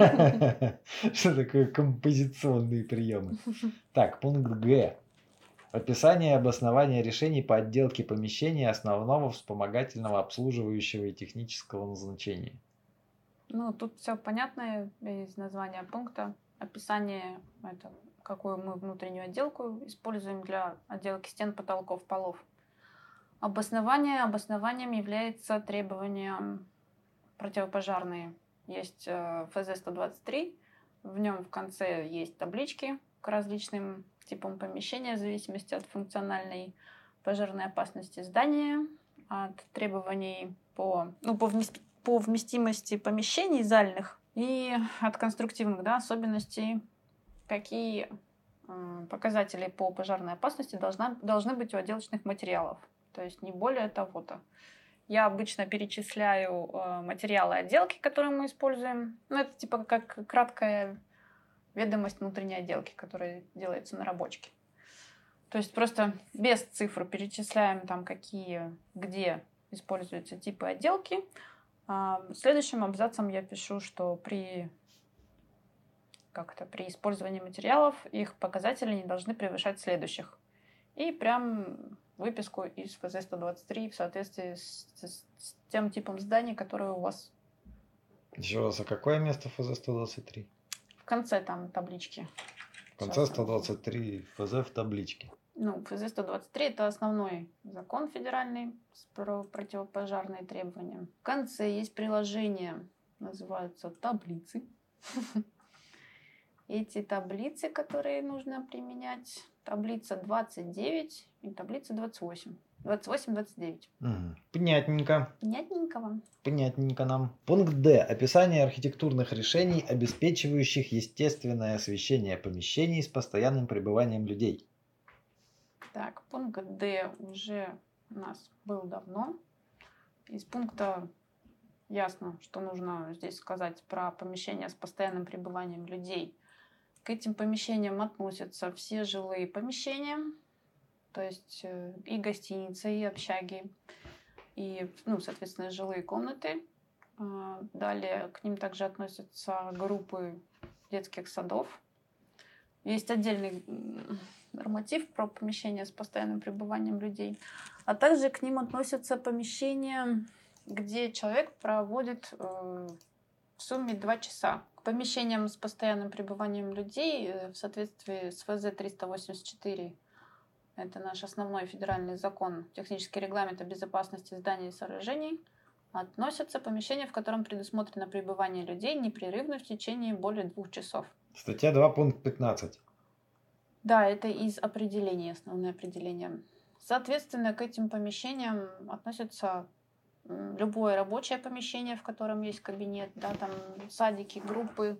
Что такое композиционные приемы. Так, пункт Г. Описание и обоснование решений по отделке помещения основного вспомогательного обслуживающего и технического назначения. Ну, тут все понятно из названия пункта. Описание, это, какую мы внутреннюю отделку используем для отделки стен, потолков, полов. Обоснование. Обоснованием является требования противопожарные. Есть эф зэ сто двадцать три, в нем в конце есть таблички к различным типам помещения в зависимости от функциональной пожарной опасности здания, от требований по, ну, по, вмест, по вместимости помещений зальных и от конструктивных, да, особенностей, какие э, показатели по пожарной опасности должна, должны быть у отделочных материалов. То есть не более того-то. Я обычно перечисляю э, материалы отделки, которые мы используем. Ну, это типа как краткая ведомость внутренней отделки, которая делается на рабочке. То есть просто без цифр перечисляем там какие, где используются типы отделки. А следующим абзацем я пишу, что при, как это, при использовании материалов их показатели не должны превышать следующих. И прям выписку из эф зэ сто двадцать три в соответствии с, с, с тем типом зданий, которое у вас. Еще раз, а какое место эф зэ сто двадцать три? в конце там таблички. В конце сто двадцать три эф зэ в табличке. Ну, эф зэ сто двадцать три это основной закон федеральный про противопожарные требования. В конце есть приложение, называются таблицы. Эти таблицы, которые нужно применять, таблица двадцать девять и таблица двадцать восемь. двадцать восемь двадцать девять. Угу. Понятненько. Понятненько вам. Понятненько нам. Пункт Д. Описание архитектурных решений, обеспечивающих естественное освещение помещений с постоянным пребыванием людей. Так, пункт Д уже у нас был давно. Из пункта ясно, что нужно здесь сказать про помещения с постоянным пребыванием людей. К этим помещениям относятся все жилые помещения, то есть и гостиницы, и общаги, и, ну, соответственно, жилые комнаты. Далее к ним также относятся группы детских садов. Есть отдельный норматив про помещения с постоянным пребыванием людей. А также к ним относятся помещения, где человек проводит э, в сумме два часа. К помещениям с постоянным пребыванием людей э, в соответствии с эф зэ триста восемьдесят четыре, это наш основной федеральный закон, технический регламент о безопасности зданий и сооружений, относятся помещения, в котором предусмотрено пребывание людей непрерывно в течение более двух часов. Статья два, пункт пятнадцать. Да, это из определения, основное определение. Соответственно, к этим помещениям относятся любое рабочее помещение, в котором есть кабинет, да, там садики, группы,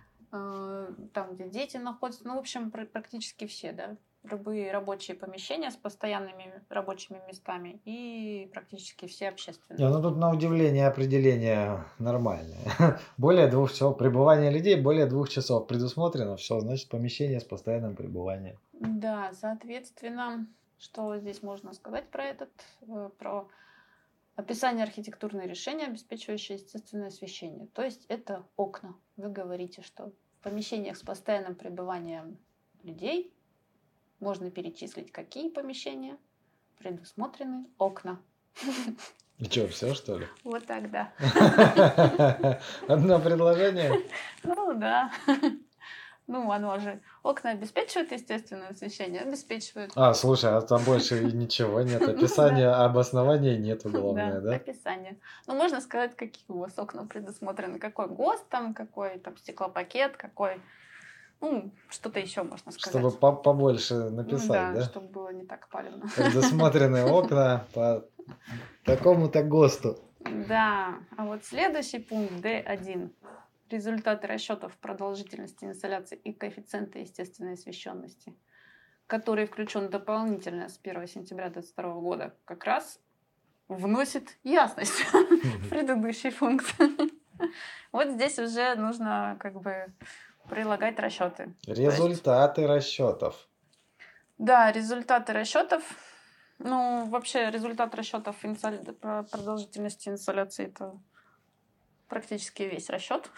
э, там, где дети находятся, ну, в общем, практически все, да, любые рабочие помещения с постоянными рабочими местами и практически все общественные. Не, ну тут на удивление определение нормальное. Более двух часов пребывания людей, более двух часов предусмотрено, все, значит, помещение с постоянным пребыванием. Да, соответственно, что здесь можно сказать про этот, про описание архитектурные решения, обеспечивающие естественное освещение. То есть это окна. Вы говорите, что в помещениях с постоянным пребыванием людей можно перечислить, какие помещения предусмотрены окна. И что, все, что ли? Вот так, да. Одно предложение? Ну да. Ну, оно же окна обеспечивают естественное освещение, обеспечивают. А, слушай, а там больше ничего нет. Описания, обоснования нету, главное, да? Описание. Ну, можно сказать, какие у вас окна предусмотрены, какой ГОСТ там, какой там стеклопакет, какой, ну, что-то еще можно сказать. Чтобы по побольше написать, да? Да, чтобы было не так палевно. Предусмотрены окна по такому-то ГОСТу. Да, а вот следующий пункт Д один. Результаты расчетов продолжительности инсоляции и коэффициента естественной освещенности, который включен дополнительно с первого сентября две тысячи двадцать второго года, как раз вносит ясность в предыдущий пункт. Вот здесь уже нужно как бы прилагать расчеты. Результаты расчетов. Да, результаты расчетов. Ну, вообще результат расчетов продолжительности инсоляции — это практически весь расчет.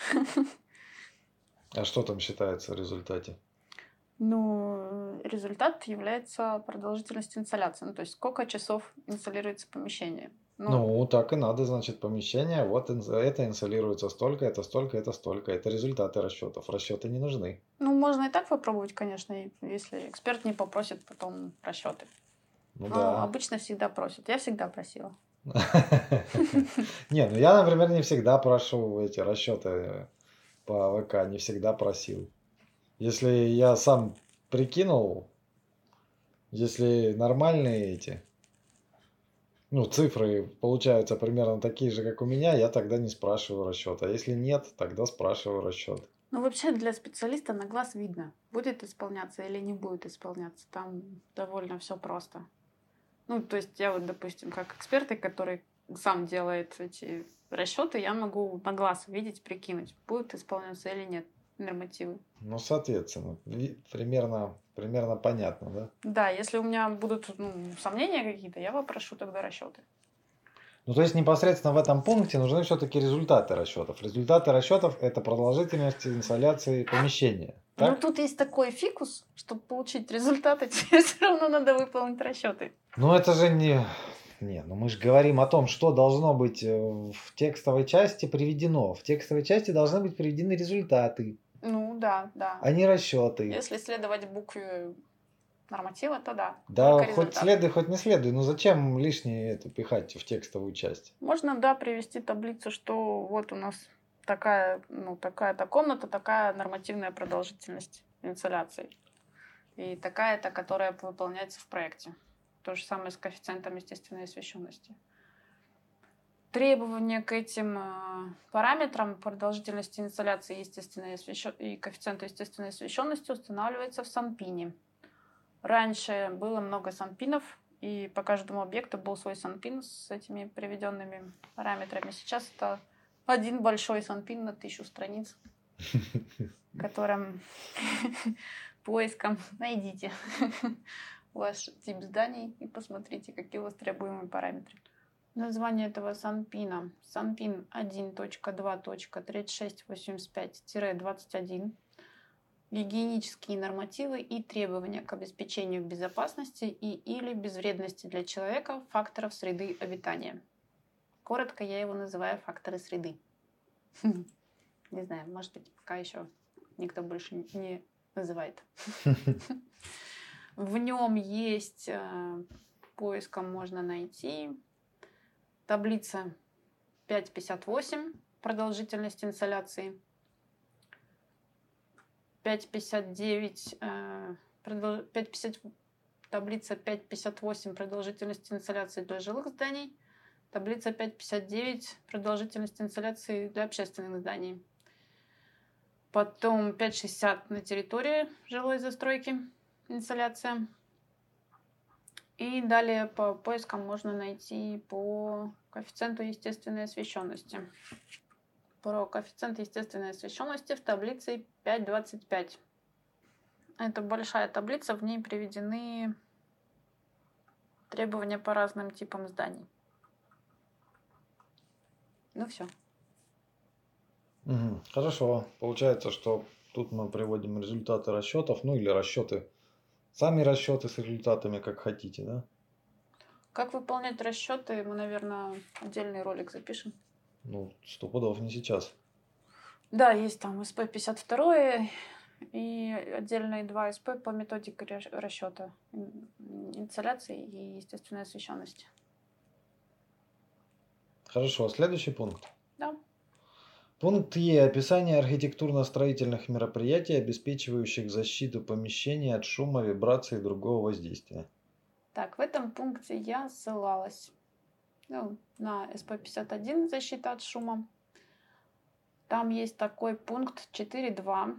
А что там считается в результате? Ну, результат является продолжительностью инсоляции. Ну, то есть сколько часов инсолируется помещение. Ну, ну так и надо, значит, помещение. Вот это инсолируется столько, это столько, это столько. Это результаты расчетов. Расчеты не нужны. Ну, можно и так попробовать, конечно, если эксперт не попросит потом расчеты. Ну, Но да. обычно всегда просят. Я всегда просила. Не, ну я, например, не всегда прошу эти расчеты по ВК, не всегда просил. Если я сам прикинул, если нормальные эти, ну, цифры получаются примерно такие же, как у меня, я тогда не спрашиваю расчет. А если нет, тогда спрашиваю расчет. Ну, вообще для специалиста на глаз видно, будет исполняться или не будет исполняться. Там довольно все просто. Ну, то есть я вот, допустим, как эксперт, который сам делает эти расчеты, я могу на глаз видеть, прикинуть, будет исполняться или нет нормативы. Ну, соответственно, примерно, примерно понятно, да? Да, если у меня будут ну, сомнения какие-то, я попрошу тогда расчеты. Ну, то есть непосредственно в этом пункте нужны все-таки результаты расчетов. Результаты расчетов – это продолжительность инсоляции помещения. Так? Ну, тут есть такой фикус, чтобы получить результаты, тебе все равно надо выполнить расчеты. Ну, это же не... Не, ну мы же говорим о том, что должно быть в текстовой части приведено. В текстовой части должны быть приведены результаты. Ну да, да. а не расчеты. Если следовать букве норматива, то да. Да, только хоть результат. следуй, хоть не следуй, но зачем лишнее это пихать в текстовую часть? Можно, да, привести таблицу, что вот у нас такая, ну, такая-то комната, такая нормативная продолжительность инсоляции. И такая-то, которая выполняется в проекте. То же самое с коэффициентом естественной освещенности. Требования к этим э, параметрам продолжительности инсоляции естественной освещен... и коэффициента естественной освещенности устанавливаются в санпине. Раньше было много санпинов, и по каждому объекту был свой санпин с этими приведенными параметрами. Сейчас это один большой санпин на тысячу страниц, которым поиском найдите ваш тип зданий и посмотрите, какие у вас требуемые параметры. Название этого санпина. Санпин один точка два точка тридцать шесть восемьдесят пять двадцать один. Гигиенические нормативы и требования к обеспечению безопасности и или безвредности для человека факторов среды обитания. Коротко я его называю факторы среды. Не знаю, может быть, пока еще никто больше не называет. В нем есть, поиском можно найти, таблица пять пятьдесят восемь, продолжительность инсоляции. пять пятьдесят девять, пять пятьдесят, таблица пять пятьдесят восемь, продолжительность инсоляции для жилых зданий. Таблица пять пятьдесят девять, продолжительность инсоляции для общественных зданий. Потом пять шестьдесят на территории жилой застройки, инсоляция. И далее по поискам можно найти по коэффициенту естественной освещенности. Про коэффициент естественной освещенности в таблице пять двадцать пять. Это большая таблица, в ней приведены требования по разным типам зданий. Ну все. Угу. Хорошо. Получается, что тут мы приводим результаты расчетов, ну или расчеты, сами расчеты с результатами, как хотите, да? Как выполнять расчеты, мы, наверное, отдельный ролик запишем. Ну, сто пудов не сейчас. Да, есть там эс пэ пятьдесят два и отдельные два эс пэ по методике расчета инсоляции и естественной освещенности. Хорошо, следующий пункт. Да. Пункт Е. Описание архитектурно-строительных мероприятий, обеспечивающих защиту помещения от шума, вибрации и другого воздействия. Так, в этом пункте я ссылалась ну, на эс пэ пятьдесят один, защита от шума. Там есть такой пункт четыре два,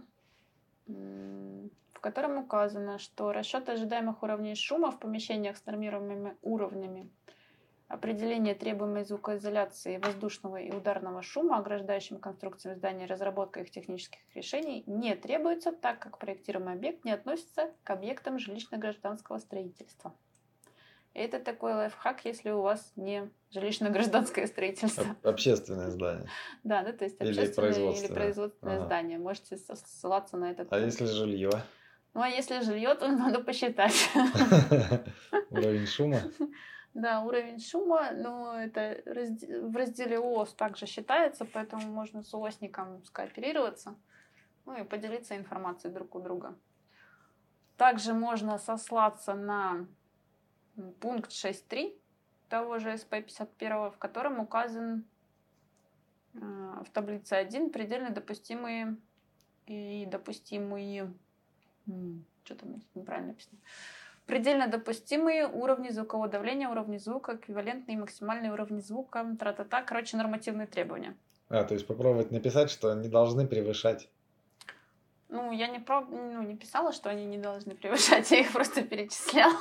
в котором указано, что расчет ожидаемых уровней шума в помещениях с нормируемыми уровнями, определение требуемой звукоизоляции воздушного и ударного шума ограждающим конструкциям зданий, разработка их технических решений не требуется, так как проектируемый объект не относится к объектам жилищно-гражданского строительства. Это такой лайфхак, если у вас не жилищно-гражданское строительство. Общественное здание. Да, да, то есть или общественное производственное, или производственное ага. здание. Можете ссылаться на этот. А пункт. Если жилье? Ну, а если жилье, то надо посчитать. Уровень шума? Да, уровень шума, но это в разделе ООС также считается, поэтому можно с ООСником скооперироваться, ну и поделиться информацией друг у друга. Также можно сослаться на пункт шесть три того же эс пэ пятьдесят один, в котором указан в таблице один предельно допустимые и допустимые... Что там неправильно написано? Предельно допустимые уровни звукового давления, уровни звука, эквивалентные и максимальные уровни звука, тра-та-та, короче, нормативные требования. А, то есть попробовать написать, что они должны превышать. Ну, я не, проб... ну, не писала, что они не должны превышать, я их просто перечисляла.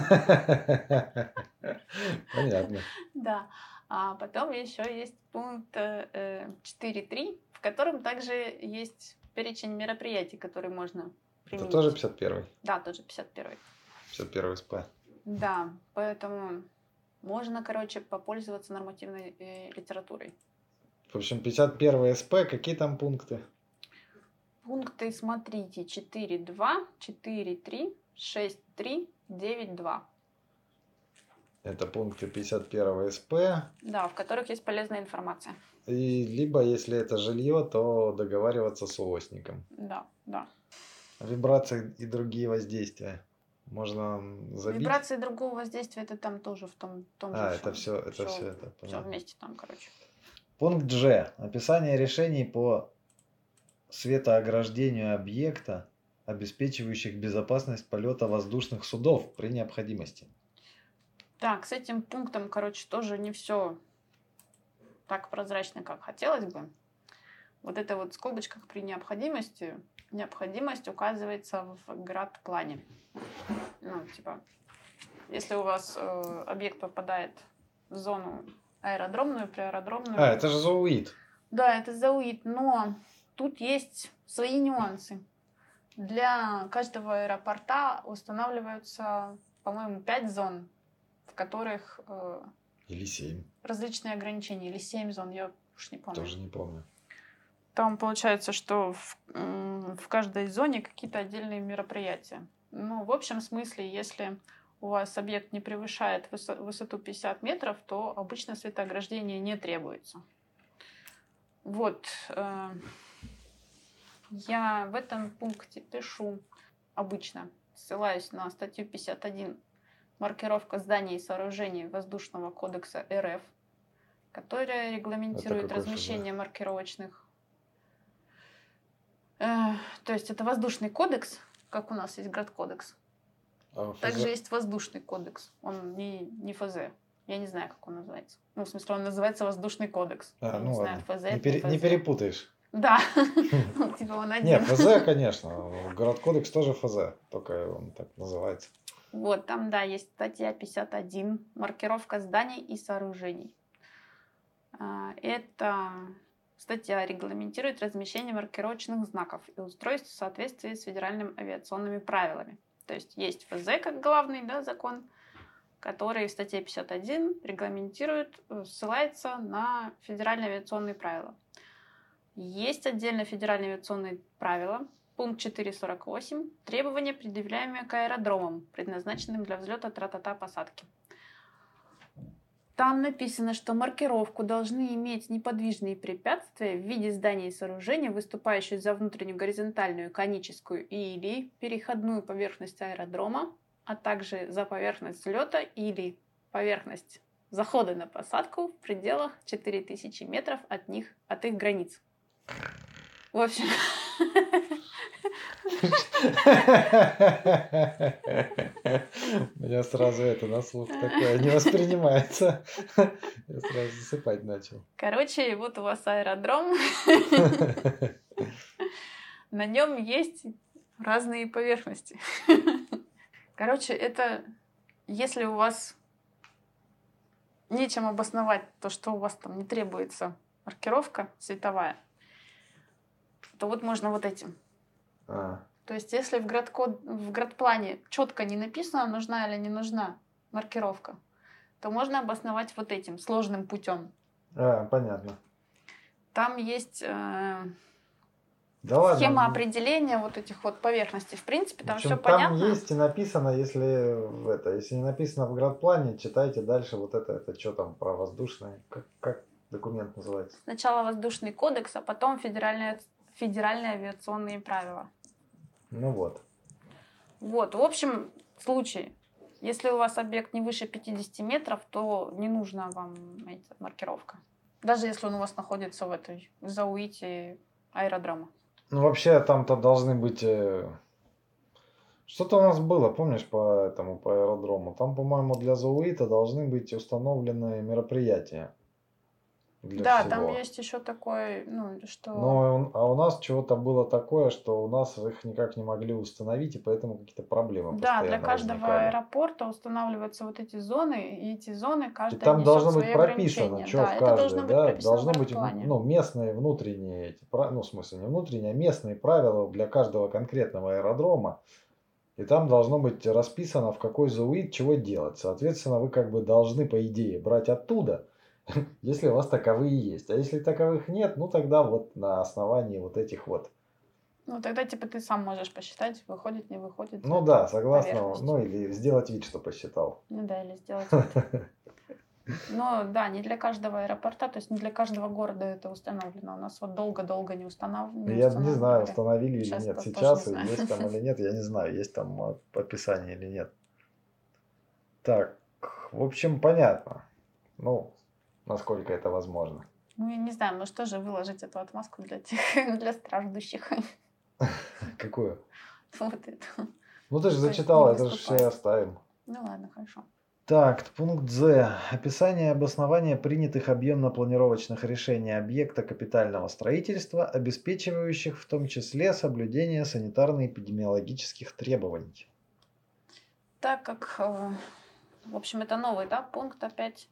Понятно. Да. А потом еще есть пункт четыре три, в котором также есть перечень мероприятий, которые можно применить. Это тоже пятьдесят первый? Да, тоже пятьдесят первый. пятьдесят первый эс пэ. Да, поэтому можно, короче, попользоваться нормативной э, литературой. В общем, пятьдесят первый эс пэ, какие там пункты? Пункты, смотрите, четыре два, четыре три, шесть три, девять два. Это пункты пятьдесят один СП. Да, в которых есть полезная информация. И либо, если это жилье, то договариваться с ООСником. Да, да. Вибрации и другие воздействия. Можно забить. Вибрации другого воздействия это там тоже в том, том же. А, всем. это все, это Всё- все, это Все понятно. вместе там, короче. Пункт G. Описание решений по светоограждению объекта, обеспечивающих безопасность полета воздушных судов при необходимости. Так, с этим пунктом, короче, тоже не все так прозрачно, как хотелось бы. Вот это вот в скобочках при необходимости. Необходимость указывается в градплане. Ну, типа, если у вас э, объект попадает в зону аэродромную, приаэродромную. А, это же ЗОУИТ. Да, это ЗОУИТ, но тут есть свои нюансы. Для каждого аэропорта устанавливаются, по-моему, пять зон, в которых э, Или семь. различные ограничения, или семь зон, я уж не помню. Тоже не помню. Там получается, что в, м, в каждой зоне какие-то отдельные мероприятия. Ну, в общем смысле, если у вас объект не превышает высо- высоту пятьдесят метров, то обычно светоограждение не требуется. Вот. э, Я в этом пункте пишу обычно, ссылаюсь на статью пятьдесят один «Маркировка зданий и сооружений Воздушного кодекса РФ», которая регламентирует какой размещение маркировочных. Э, То есть это воздушный кодекс, как у нас есть градкодекс. А ФЗ? Также есть воздушный кодекс. Он не, не ФЗ. Я не знаю, как он называется. Ну, в смысле, он называется воздушный кодекс. А, Я ну не ладно. знаю, ФЗ Не, это пере- не ФЗ. перепутаешь. Да. Ну, типа он один. Не, ФЗ, конечно. Городкодекс тоже ФЗ, только он так называется. Вот, там, да, есть статья пятьдесят один «Маркировка зданий и сооружений». А, Эта статья регламентирует размещение маркировочных знаков и устройств в соответствии с федеральными авиационными правилами. То есть есть ФЗ как главный, да, закон, который в статье пятьдесят один регламентирует, э, ссылается на федеральные авиационные правила. Есть отдельно федеральные авиационные правила, пункт четыреста сорок восемь, требования, предъявляемые к аэродромам, предназначенным для взлета, тра-та-та, посадки. Там написано, что маркировку должны иметь неподвижные препятствия в виде зданий и сооружений, выступающие за внутреннюю горизонтальную, коническую или переходную поверхность аэродрома, а также за поверхность взлета или поверхность захода на посадку в пределах четыре тысячи метров от них, от их границ. В общем, У меня сразу это на слух такое не воспринимается. Я сразу засыпать начал. короче, вот у вас аэродром, на нем есть разные поверхности. Короче, это если у вас нечем обосновать то, что у вас там не требуется маркировка цветовая, то вот можно вот этим. А, То есть, если в, градкод, в градплане четко не написано, нужна или не нужна маркировка, то можно обосновать вот этим сложным путем. а, понятно. Там есть э, Да ладно. схема ну, определения вот этих вот поверхностей. В принципе, в там общем, все там понятно. есть и написано, если в это, если не написано в градплане, читайте дальше вот это, это что там про воздушное, как, как документ называется? Сначала воздушный кодекс, а потом федеральные, федеральные авиационные правила. Ну вот. Вот, в общем, случай. Если у вас объект не выше пятидесяти метров, то не нужна вам эта маркировка. Даже если он у вас находится в этой в ЗОУИТе аэродрома. Ну вообще там-то должны быть... э, Что-то у нас было, помнишь, по этому, по аэродрому? Там, по-моему, для ЗОУИТа должны быть установлены мероприятия. Для Да, всего. там есть еще такое, ну, что... Но, а у нас чего-то было такое, что у нас их никак не могли установить, и поэтому какие-то проблемы Да, для постоянно каждого возникали. аэропорта устанавливаются вот эти зоны, и эти зоны И каждая там несет должно свои быть прописано, ограничения. что Да, в это каждой, должно быть да, прописано должно в быть градплане. ну, местные, внутренние, эти, пра- ну, в смысле, не внутренние, а местные правила для каждого конкретного аэродрома. И там должно быть расписано, в какой ЗОУИТ чего делать. Соответственно, вы как бы должны, по идее, брать оттуда, если у вас таковые есть. А если таковых нет, ну тогда вот на основании вот этих вот Ну, тогда, типа, ты сам можешь посчитать, выходит, не выходит. Ну да, согласно. поверхность. Ну или сделать вид, что посчитал. Ну да, или сделать вид. Но да, не для каждого аэропорта, то есть не для каждого города это установлено. У нас вот долго-долго не, установ... не Я не знаю, устанавливали. установили или Сейчас нет. то- тоже Сейчас не знаю. есть там или нет, я не знаю, есть там а, описание или нет. Так, в общем, понятно. Ну, насколько это возможно. Ну, я не знаю, может тоже выложить эту отмазку для тех, для страждущих. Какую? Вот это. Ну ты же То есть зачитала, не это же все выступает. оставим. Ну ладно, хорошо. Так, пункт З. Описание и обоснование принятых объемно-планировочных решений объекта капитального строительства, обеспечивающих в том числе соблюдение санитарно-эпидемиологических требований. Так как, э, в общем, это новый, да, пункт опять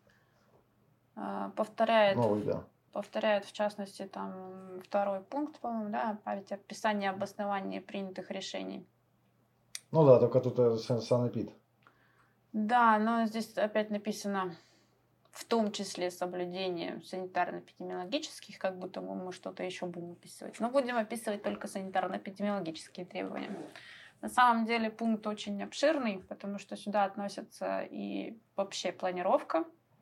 э, повторяет, Новый, да. повторяет, в частности, там второй пункт, по-моему, да, опять описание обоснования принятых решений. Ну да, только тут это сан- санэпид. Да, но здесь опять написано в том числе соблюдение санитарно-эпидемиологических, как будто бы мы что-то еще будем описывать. Но будем описывать только санитарно-эпидемиологические требования. На самом деле пункт очень обширный, потому что сюда относятся и вообще планировка,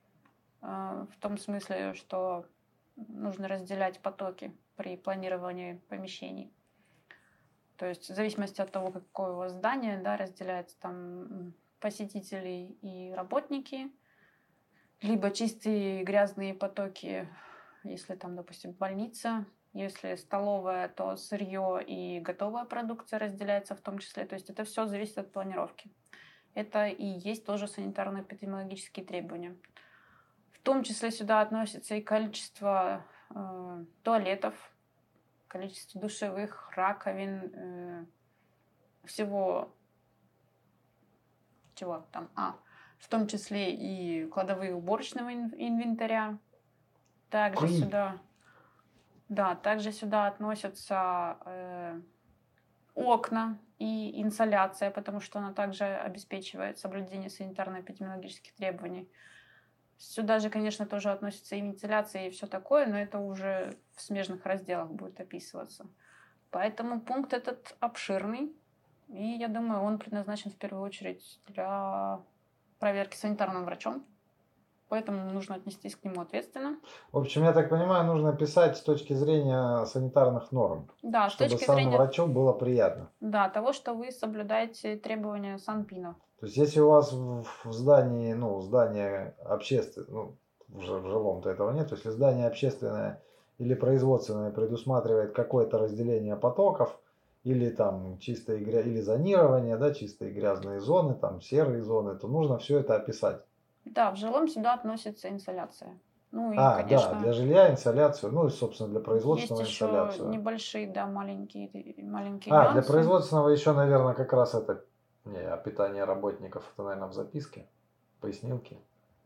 э, в том смысле, что нужно разделять потоки при планировании помещений. То есть в зависимости от того, какое у вас здание, да, разделяется там посетители и работники, либо чистые грязные потоки, если там, допустим, больница, если столовая, то сырье и готовая продукция разделяется в том числе. То есть это все зависит от планировки. Это и есть тоже санитарно-эпидемиологические требования. В том числе сюда относится и количество э, туалетов, количество душевых, раковин, э, всего, чего там, а, в том числе и кладовые уборочного инвентаря. Также Ой. сюда, да, также сюда относятся э, окна и инсоляция, потому что она также обеспечивает соблюдение санитарно-эпидемиологических требований. Сюда же, конечно, тоже относится и вентиляция, и все такое, но это уже в смежных разделах будет описываться. Поэтому пункт этот обширный, и я думаю, он предназначен в первую очередь для проверки санитарным врачом. Поэтому нужно отнестись к нему ответственно. В общем, я так понимаю, нужно писать с точки зрения санитарных норм, Да, с чтобы точки самому зрения врачу было приятно. да, того, что вы соблюдаете требования Санпина. То есть, если у вас в в здании, ну, здание общественное, ну, в жи- в жилом-то этого нет, то есть, если здание общественное или производственное предусматривает какое-то разделение потоков, или там чистые гря... или зонирование, да, чистые грязные зоны, там серые зоны, то нужно все это описать. Да, в жилом сюда относится инсоляция. Ну и, А, конечно, да, для жилья инсоляцию, ну и, собственно, для производственного есть еще инсоляцию. небольшие, да, маленькие, маленькие А, для нюансы. производственного еще, наверное, как раз это, не, а питание работников, это, наверное, в записке, пояснилке.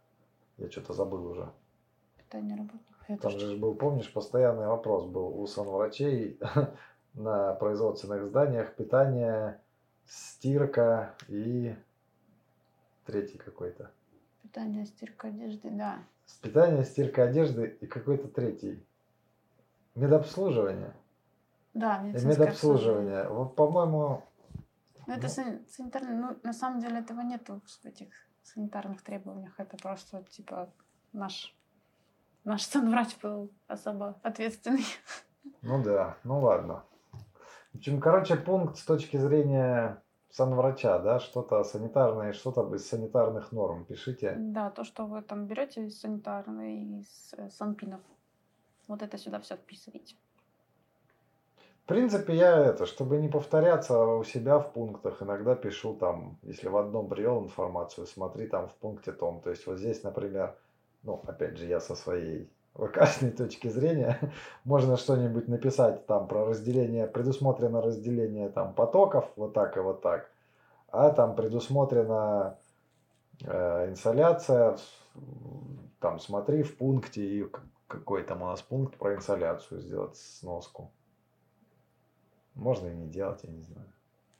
Я что-то забыл уже. Питание работников. Это Там что? же был, помнишь, постоянный вопрос был у санврачей на производственных зданиях: питание, стирка и третий какой-то. Питание, стирка одежды, да. Питание, стирка одежды и какой-то третий. Медобслуживание. Да, И медицинское обслуживание. медобслуживание. Вот, по-моему, Ну, это ну, сан- санитарно, ну, на самом деле этого нету в этих санитарных требованиях. Это просто, типа, наш, наш санврач был особо ответственный. ну да, ну ладно. В общем, короче, пункт с точки зрения санврача, да, что-то санитарное, что-то без санитарных норм. Пишите. Да, то, что вы там берете из санитарной, из э, санпинов. Вот это сюда все вписываете. В принципе, я это, чтобы не повторяться у себя в пунктах, иногда пишу там, если в одном привел информацию, смотри там в пункте том. То есть вот здесь, например, ну, опять же, я со своей ВКшной точки зрения, можно что-нибудь написать там про разделение, предусмотрено разделение там потоков, вот так и вот так, а там предусмотрена э, инсоляция, там смотри в пункте, и к- какой там у нас пункт про инсоляцию, сделать сноску. Можно и не делать, я не знаю.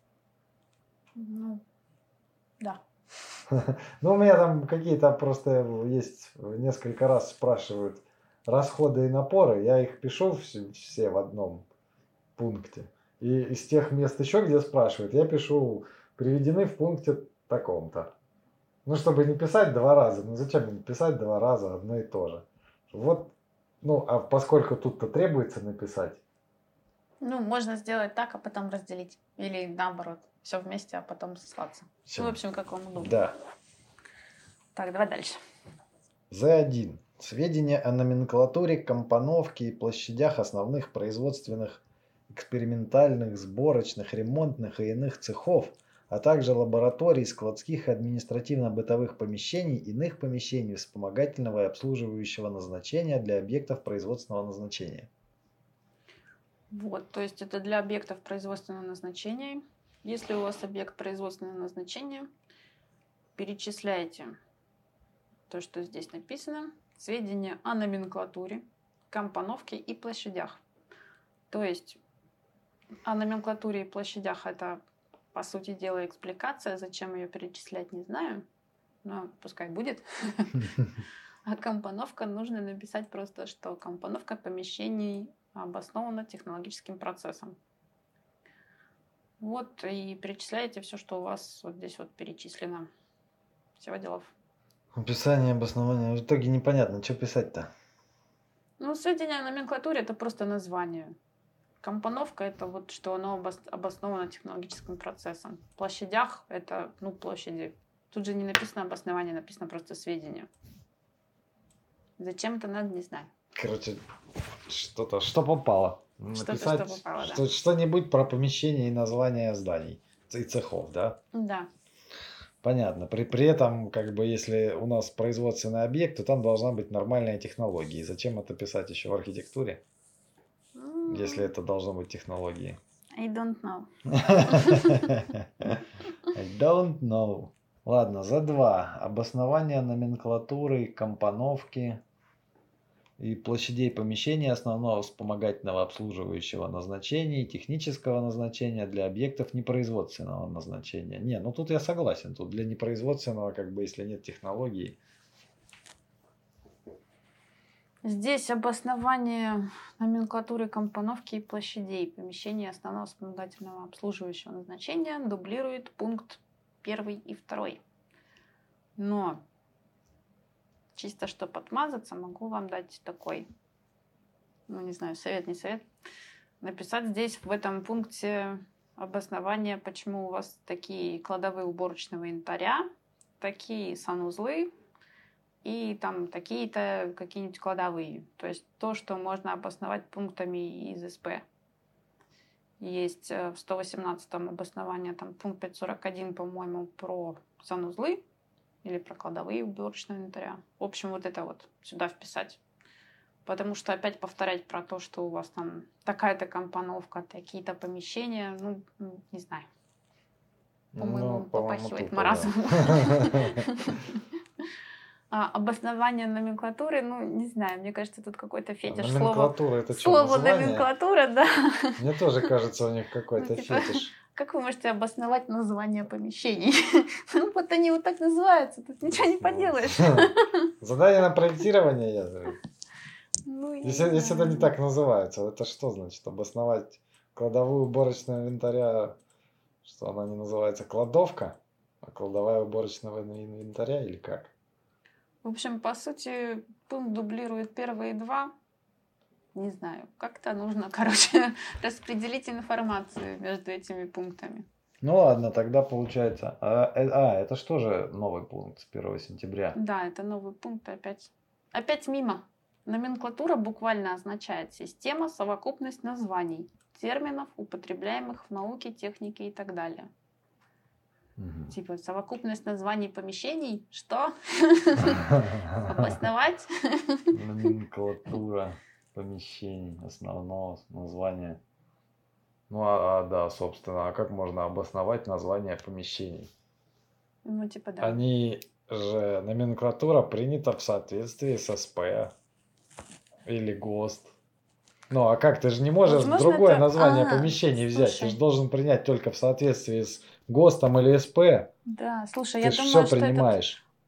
Ну, да. Ну, у меня там какие-то просто есть, несколько раз спрашивают расходы и напоры, я их пишу все, все в одном пункте. И из тех мест еще, где спрашивают, я пишу приведены в пункте таком-то. Ну, чтобы не писать два раза. Ну, зачем мне писать два раза одно и то же? Вот, ну, а поскольку тут-то требуется написать. Ну, можно сделать так, а потом разделить. Или наоборот, все вместе, а потом сослаться. Всё. Ну, в общем, как вам удобно. Да. Так, давай дальше. зэ один. Сведения о номенклатуре, компоновке и площадях основных производственных, экспериментальных, сборочных, ремонтных и иных цехов, а также лабораторий, складских и административно-бытовых помещений, иных помещений вспомогательного и обслуживающего назначения для объектов производственного назначения. Вот, то есть это для объектов производственного назначения. Если у вас объект производственного назначения, перечисляйте то, что здесь написано, сведения о номенклатуре, компоновке и площадях. То есть о номенклатуре и площадях это, по сути дела, экспликация. Зачем ее перечислять, не знаю, но пускай будет. А компоновка нужно написать просто, что компоновка помещений обоснована технологическим процессом. Вот, и перечисляете все, что у вас вот здесь вот перечислено. Всего делов. Описание, обоснование. В итоге непонятно, что писать-то. Ну, сведения о номенклатуре это просто название. Компоновка это вот, что оно обос- обосновано технологическим процессом. В площадях это, ну, площади. Тут же не написано обоснование, написано просто сведения. Зачем это надо, не знаю. Короче, что-то, что попало. Что-то, Написать что попало, да. что- что-нибудь про помещение и название зданий и цехов, да? Да. Понятно. При, при этом, как бы, если у нас производственный объект, то там должна быть нормальная технология. И зачем это писать еще в архитектуре, М, если это должно быть технологии? I don't know. I don't know. Ладно, за два. Обоснование номенклатуры, компоновки и площадей помещений основного вспомогательного обслуживающего назначения и технического назначения для объектов непроизводственного назначения. Не, ну тут я согласен. Тут для непроизводственного, как бы, если нет технологии. Здесь обоснование номенклатуры компоновки и площадей помещений основного вспомогательного обслуживающего назначения дублирует пункт первый и второй. Но чисто чтобы отмазаться, могу вам дать такой, ну не знаю, совет, не совет, написать здесь в этом пункте обоснование, почему у вас такие кладовые уборочного инвентаря, такие санузлы и там такие-то какие-нибудь кладовые. То есть то, что можно обосновать пунктами из СП. Есть в сто восемнадцатом обоснование, там пункт пятьсот сорок один, по-моему, про санузлы или про кладовые уборочного инвентаря. В общем, вот это вот сюда вписать. Потому что опять повторять про то, что у вас там такая-то компоновка, такие-то помещения, ну, не знаю. По-моему, Ну, по-моему, попахивает тупо, маразмом. да. А обоснование номенклатуры, ну, не знаю, мне кажется, тут какой-то фетиш. Слово, Номенклатура это что, слово название? номенклатура, да. Мне тоже кажется, у них какой-то Ну, типа, фетиш. как вы можете обосновать название помещений? Ну, вот они вот так называются, тут ничего не поделаешь. Задание на проектирование, я говорю. Ну, я Если, не если это знаю. не так называется, это что значит? Обосновать кладовую уборочного инвентаря, что она не называется кладовка, а кладовая уборочного инвентаря или как? В общем, по сути, пункт дублирует первые два. Не знаю, как-то нужно, короче, распределить информацию между этими пунктами. Ну ладно, тогда получается. А, э, а, это что же новый пункт с первого сентября? Да, это новый пункт опять. Опять мимо. Номенклатура буквально означает система, совокупность названий, терминов, употребляемых в науке, технике и так далее. Мгм. Типа совокупность названий помещений. Что? Обосновать? Номенклатура помещений, основного названия. Ну а, а, да, собственно, а как можно обосновать название помещений? Ну, типа, да. Они же, номенклатура принята в соответствии с СП или ГОСТ. Ну а как, ты же не можешь Возможно, другое это- название а, помещений взять, ты слушай. же должен принять только в соответствии с ГОСТом или СП. Да, слушай, Ты я же думаю, все что этот принимаешь.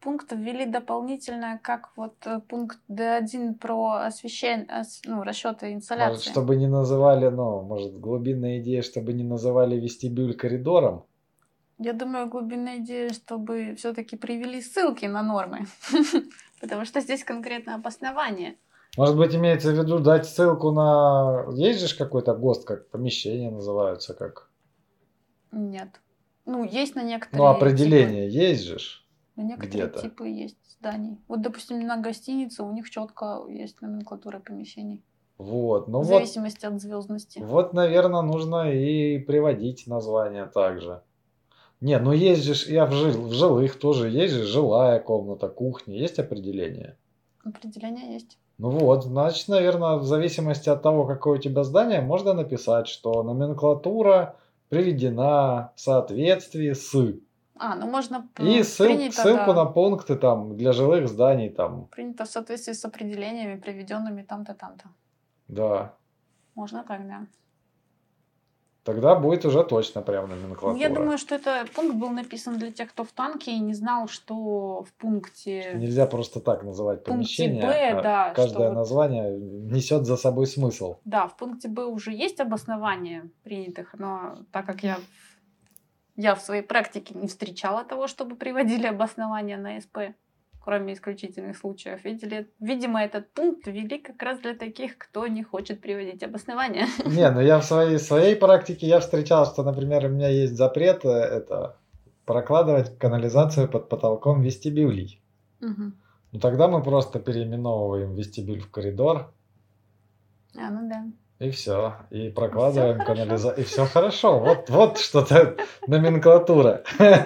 пункт ввели дополнительно, как вот э, пункт Д один про освещение, ос- ну, расчеты Может, инсоляции. чтобы не называли, ну, может, глубинная идея, чтобы не называли вестибюль коридором? Я думаю, глубинная идея, чтобы все-таки привели ссылки на нормы, потому что здесь конкретно обоснование. Может быть, имеется в виду дать ссылку на... Есть же ж какой-то ГОСТ, как помещения называются, как... Нет. Ну, есть на Ну, некоторые типы. определение есть же ж На некоторые где-то. типы есть зданий. Вот, допустим, на гостинице у них четко есть номенклатура помещений. Вот, ну В вот, зависимости от звездности. вот, наверное, нужно и приводить название также. Не, ну есть же, ж- я в, жил- в жилых тоже, есть же жилая комната, кухня, есть определение. Определение есть. Ну вот, значит, наверное, в зависимости от того, какое у тебя здание, можно написать, что номенклатура приведена в соответствии с... А, ну можно п- И ссыл- принято, ссылку да, на пункты там для жилых зданий там, принято в соответствии с определениями, приведенными там-то, там-то. да. Можно так, да. Тогда будет уже точно прям Ну, номенклатура. я думаю, что это пункт был написан для тех, кто в танке и не знал, что в пункте... Нельзя просто так называть В пункте помещение, Б, а да, каждое что вот- название несет за собой смысл. Да, в пункте Б уже есть обоснования принятых, но так как я, я в своей практике не встречала того, чтобы приводили обоснования на СП, кроме исключительных случаев, видели, видимо, этот пункт ввели как раз для таких, кто не хочет приводить обоснования. Не, ну я в своей, своей практике я встречал, что, например, у меня есть запрет э, это прокладывать канализацию под потолком вестибюлей. Мгм. Ну тогда мы просто переименовываем вестибюль в коридор, А, ну да. и все. И прокладываем хорошо. канализацию. И все хорошо. Вот, вот что-то номенклатура.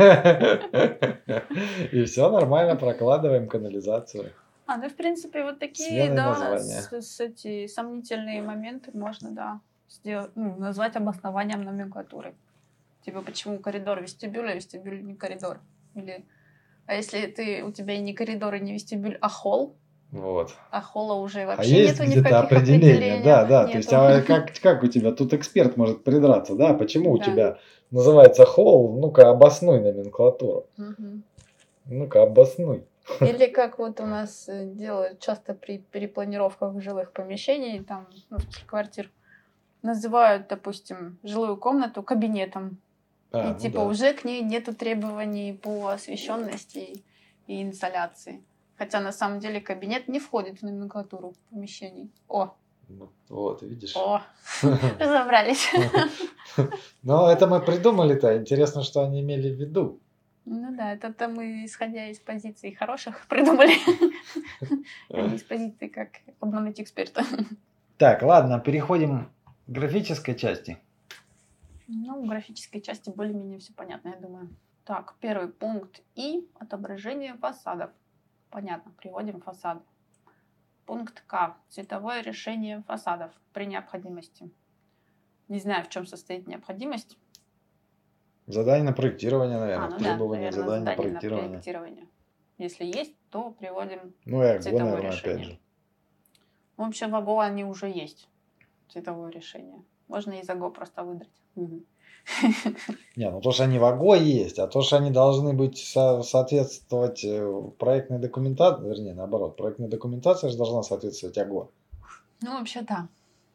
И все нормально, прокладываем канализацию. А, ну, в принципе, вот такие, Смены да, названия. с, с эти сомнительные моменты можно, да, сделать, ну, назвать обоснованием номенклатуры. Типа, почему коридор вестибюль, а вестибюль не коридор? Или, а если ты, у тебя и не коридор, и не вестибюль, а холл, Вот. а холла уже А вообще есть нету ни в где-то каких определение, определениях. да, да. То есть, Нету. а как, как у тебя тут эксперт может придраться, да? Почему у Да. тебя называется холл? Ну-ка, обоснуй номенклатуру. Мгм. Ну-ка, обоснуй. Или как вот у нас э, делают часто при перепланировках жилых помещений, там, ну, в смысле, квартир, называют, допустим, жилую комнату кабинетом. А, И ну типа да. уже к ней нету требований по освещенности и инсоляции. Хотя на самом деле кабинет не входит в номенклатуру помещений. О, Ну, вот, видишь. о, разобрались. Но это мы придумали-то. Интересно, что они имели в виду. Ну да, это-то мы, исходя из позиций хороших, придумали. А не из позиции, как обмануть эксперта. Так, ладно, переходим к графической части. Ну, в графической части более-менее все понятно, я думаю. Так, первый пункт И. Отображение фасадов. Понятно, приводим фасады. Пункт К. Цветовое решение фасадов при необходимости. Не знаю, в чем состоит необходимость. Задание на проектирование, А, наверное. ну да, Требования, наверное, задание на задание на проектирование. проектирование. Если есть, то приводим. Ну и АГО, Цветовое наверное, опять решение. же. Вообще в АГО они уже есть. Цветовое решение. Можно из АГО просто выдрать. Мгм. Не, ну то, что они в АГО есть, а то, что они должны быть со- соответствовать э, проектной документации, вернее, наоборот, проектная документация же должна соответствовать АГО. Ну, вообще, да.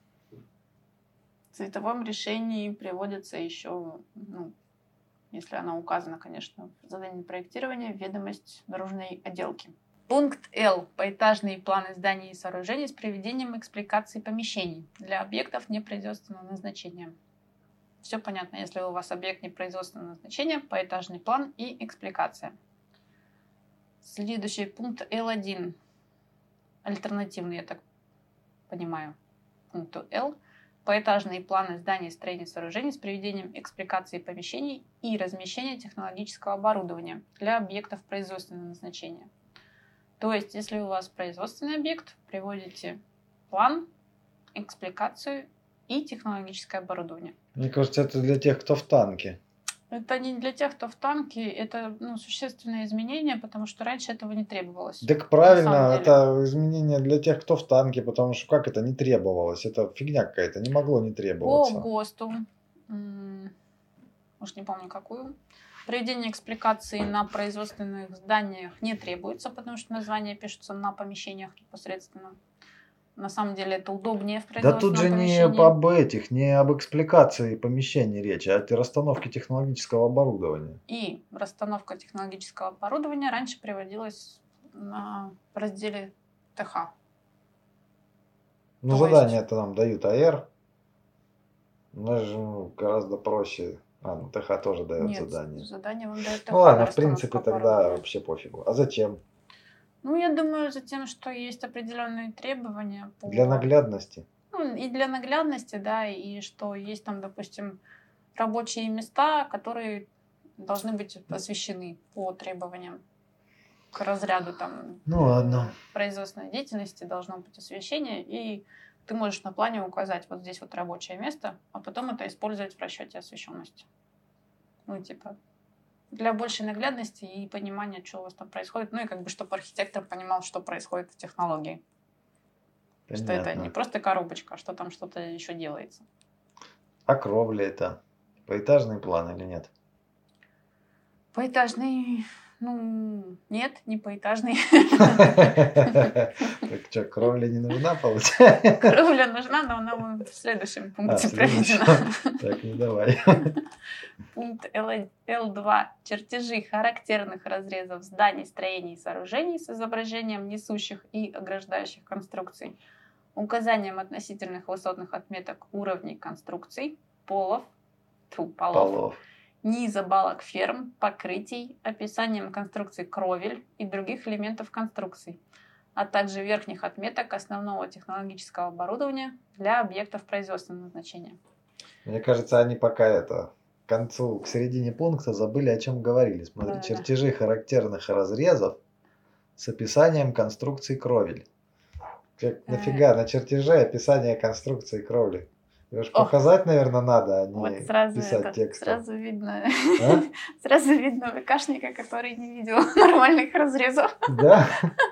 В цветовом решении приводится еще, ну, если она указана, конечно, в задании проектирования, ведомость дорожной отделки. Пункт Л. Поэтажные планы зданий и сооружений с приведением экспликаций помещений для объектов непроизводственного назначения. Все понятно, если у вас объект непроизводственного назначения, поэтажный план и экспликация. Следующий пункт Л один. Альтернативный, я так понимаю, пункту Л. Поэтажные планы зданий, строений, сооружений с приведением экспликации помещений и размещения технологического оборудования для объектов производственного назначения. То есть, если у вас производственный объект, приводите план, экспликацию и технологическое оборудование. Мне кажется, это для тех, кто в танке. Это не для тех, кто в танке, это, ну, существенное изменение, потому что раньше этого не требовалось. Так правильно, самом деле. это изменение для тех, кто в танке, потому что как это не требовалось? Это фигня какая-то, не могло не По требоваться. ГОСТу, м, уж не помню какую, Проведение экспликации на производственных зданиях не требуется, потому что названия пишутся на помещениях непосредственно. На самом деле это удобнее в Да производственном тут же не помещении. об этих, не об экспликации помещений речь, а о расстановке технологического оборудования. И расстановка технологического оборудования раньше приводилась на разделе ТХ. Ну, То задания есть- это нам дают АР. У нас же ну, гораздо проще. А, ну ТХ тоже дает Нет, задание. задание вам дает ТХ. Ну ладно, на в принципе, расстановку тогда оборудования. вообще пофигу. А зачем? Ну, я думаю, за тем, что есть определенные требования по... Для наглядности. Ну, и для наглядности, да, и что есть там, допустим, рабочие места, которые должны быть освещены по требованиям к разряду там Ну ладно. э, производственной деятельности должно быть освещение, и ты можешь на плане указать вот здесь вот рабочее место, а потом это использовать в расчете освещенности. Ну, типа, для большей наглядности и понимания, что у вас там происходит, ну и как бы, чтобы архитектор понимал, что происходит в технологии. Что это не просто коробочка, а что там что-то еще делается. А кровля это поэтажный план или нет? Поэтажный, ну, нет, не поэтажный. Так что, кровля не нужна, получается? Кровля нужна, но она в следующем А, пункте следующий. проведена. Так, ну давай. Пункт эл два. Чертежи характерных разрезов зданий, строений и сооружений с изображением несущих и ограждающих конструкций, указанием относительных высотных отметок уровней конструкций, полов, тьфу, полов, Полов. низа балок ферм, покрытий, описанием конструкций кровель и других элементов конструкций, а также верхних отметок основного технологического оборудования для объектов производственного назначения. Мне кажется, они пока это к концу, к середине пункта забыли, о чем говорили. Смотри, Да-да-да. чертежи характерных разрезов с описанием конструкций кровель. Как, нафига на чертеже описание конструкции кровли? Его ж Ох. показать, наверное, надо, а не Вот сразу, писать это, текстом. сразу видно, А? сразу видно ВКшника, который не видел нормальных разрезов. Да?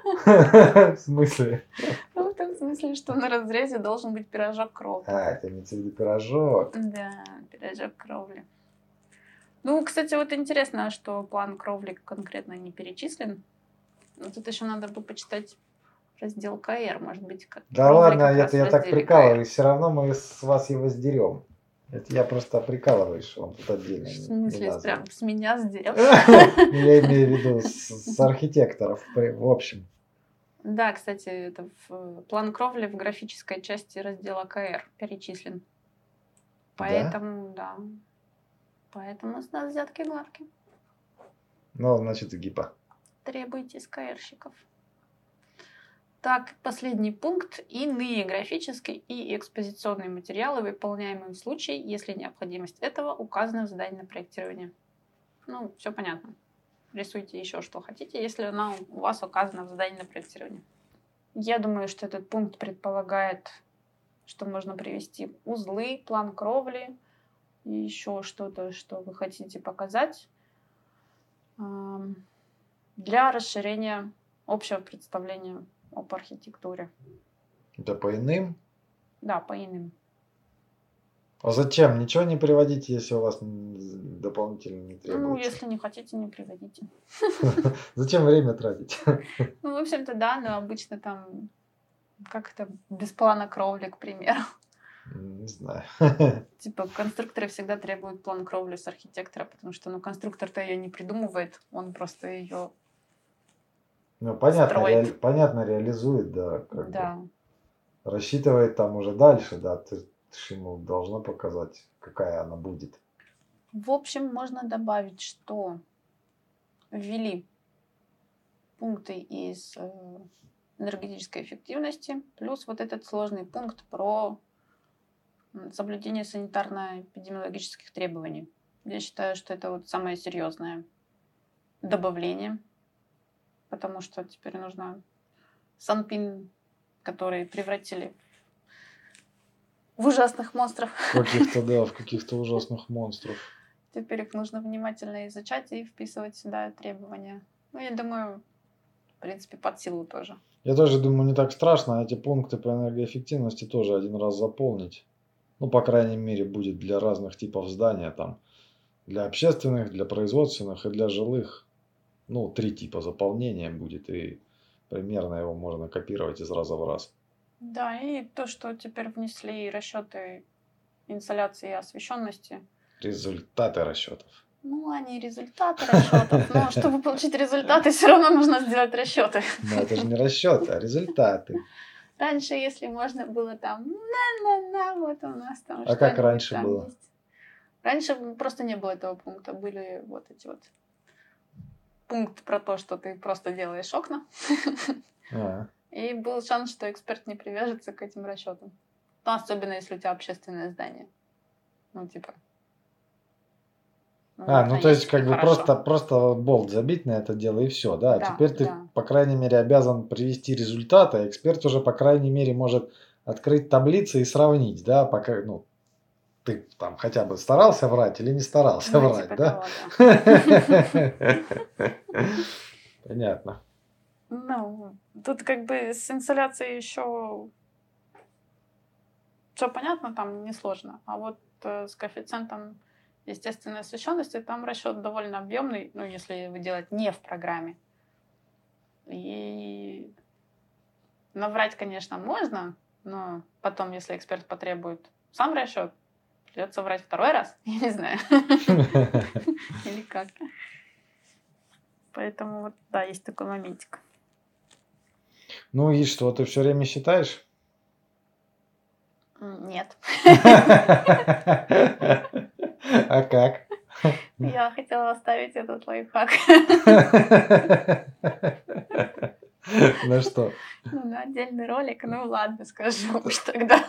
В смысле? Ну, в том смысле, что на разрезе должен быть пирожок кровли. А, это имеется в виду пирожок. Да, пирожок кровли. Ну, кстати, вот интересно, что план кровли конкретно не перечислен. Но тут еще надо бы почитать раздел КР, может быть, как Да кровля ладно, как раз это я в так разделе прикалываюсь, все равно мы с вас его сдерем. Это я просто прикалываюсь, он тут отдельно. КР. В не- смысле, не назван. прям с меня сдерем? Я имею в виду с, с архитекторов, при- в общем. Да, кстати, это в план кровли в графической части раздела КР перечислен. Поэтому, да. Поэтому с нас взятки гладки. Ну, значит, гипа. Требуйте с КРщиков. Так, последний пункт. Иные графические и экспозиционные материалы, выполняемые в случае, если необходимость этого указана в задании на проектирование. Ну, все понятно. Рисуйте еще что хотите, если она у вас указана в задании на проектирование. Я думаю, что этот пункт предполагает, что можно привести узлы, план кровли и еще что-то, что вы хотите показать эм, для расширения общего представления об архитектуре. Это по иным? Да, по иным. А зачем? Ничего не приводите, если у вас н- дополнительно не требуется. Ну, если не хотите, не приводите. Зачем время тратить? Ну, в общем-то, да, но обычно там как это без плана кровли, к примеру. Не знаю. Типа конструкторы всегда требуют план кровли с архитектора, потому что ну, конструктор-то ее не придумывает, он просто ее... Ну, понятно, Строит. реали- понятно реализует, да. Как Да. бы. Рассчитывает там уже дальше, да. Ты, ты ж ему должна показать, какая она будет. В общем, можно добавить, что ввели пункты из э, энергетической эффективности, плюс вот этот сложный пункт про м, соблюдение санитарно-эпидемиологических требований. Я считаю, что это вот самое серьезное добавление, потому что теперь нужно санпин, которые превратили в ужасных монстров. Каких-то, да, в каких-то ужасных монстров. Теперь их нужно внимательно изучать и вписывать сюда требования. Ну, я думаю, в принципе, под силу тоже. Я тоже думаю, не так страшно, а эти пункты по энергоэффективности тоже один раз заполнить. Ну, по крайней мере, будет для разных типов здания там. Для общественных, для производственных и для жилых. Ну, три типа заполнения будет, и примерно его можно копировать из раза в раз. Да, и то, что теперь внесли расчеты инсоляции и освещенности. Результаты расчетов. Ну, они результаты расчетов, но чтобы получить результаты, все равно нужно сделать расчеты. Но это же не расчеты, а результаты. Раньше, если можно было там, на-на-на, вот у нас там. А как раньше было? Есть. Раньше просто не было этого пункта, были вот эти вот пункт про то, что ты просто делаешь окна. А. И был шанс, что эксперт не привяжется к этим расчетам. Ну, особенно если у тебя общественное здание. Ну, типа. Ну, а, ну то есть как бы просто, хорошо. просто болт забить на это дело и все, да? Да, Теперь ты, да. по крайней мере, обязан привести результаты, а эксперт уже, по крайней мере, может открыть таблицы и сравнить, да, пока, ну, ты там хотя бы старался врать или не старался Ну, врать, типа да? того, да. Понятно. Ну, тут как бы с инсоляцией еще все понятно, там несложно. А вот э, с коэффициентом естественной освещенности там расчет довольно объемный, ну, если вы делаете не в программе. И наврать, конечно, можно, но потом, если эксперт потребует сам расчет, придется врать второй раз, я не знаю. Или как. Поэтому вот, да, есть такой моментик. Ну и что, ты все время считаешь? Нет. А как? Я хотела оставить этот лайфхак. На что? Ну, на отдельный ролик, ну ладно, скажу уж тогда.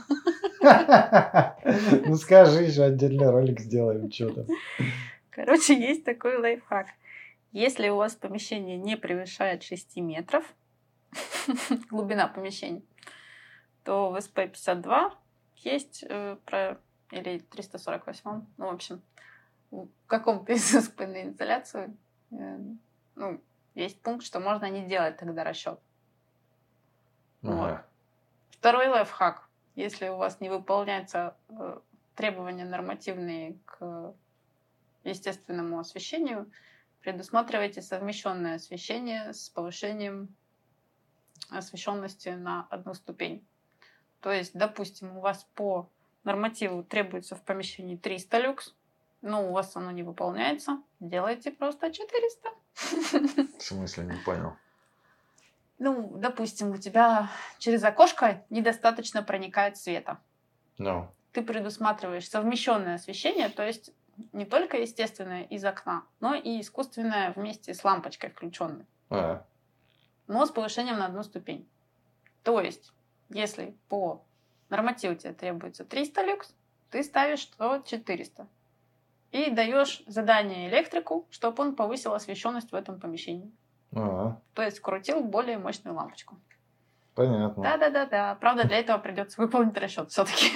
Ну скажи еще отдельный ролик сделаем, что там. Короче, есть такой лайфхак. Если у вас помещение не превышает шесть метров, глубина помещения, то в эс пэ пятьдесят два есть, э, про, или триста сорок восемь, ну, в общем, в каком-то из эс пэ на инсоляцию, э, ну, есть пункт, что можно не делать тогда расчет. Ага. Вот. Второй лайфхак. Если у вас не выполняются э, требования нормативные к естественному освещению, предусматривайте совмещенное освещение с повышением освещенности на одну ступень. То есть, допустим, у вас по нормативу требуется в помещении триста люкс, но у вас оно не выполняется, делайте просто четыреста. В смысле, не понял. Ну, допустим, у тебя через окошко недостаточно проникает света. No. Ты предусматриваешь совмещенное освещение, то есть не только естественное из окна, но и искусственное вместе с лампочкой включенной. А. Но с повышением на одну ступень. То есть, если по нормативу тебе требуется триста люкс, ты ставишь что четыреста. И даешь задание электрику, чтобы он повысил освещенность в этом помещении. А. То есть крутил более мощную лампочку. Понятно. Да-да-да-да. Правда, для этого придется выполнить расчет все-таки.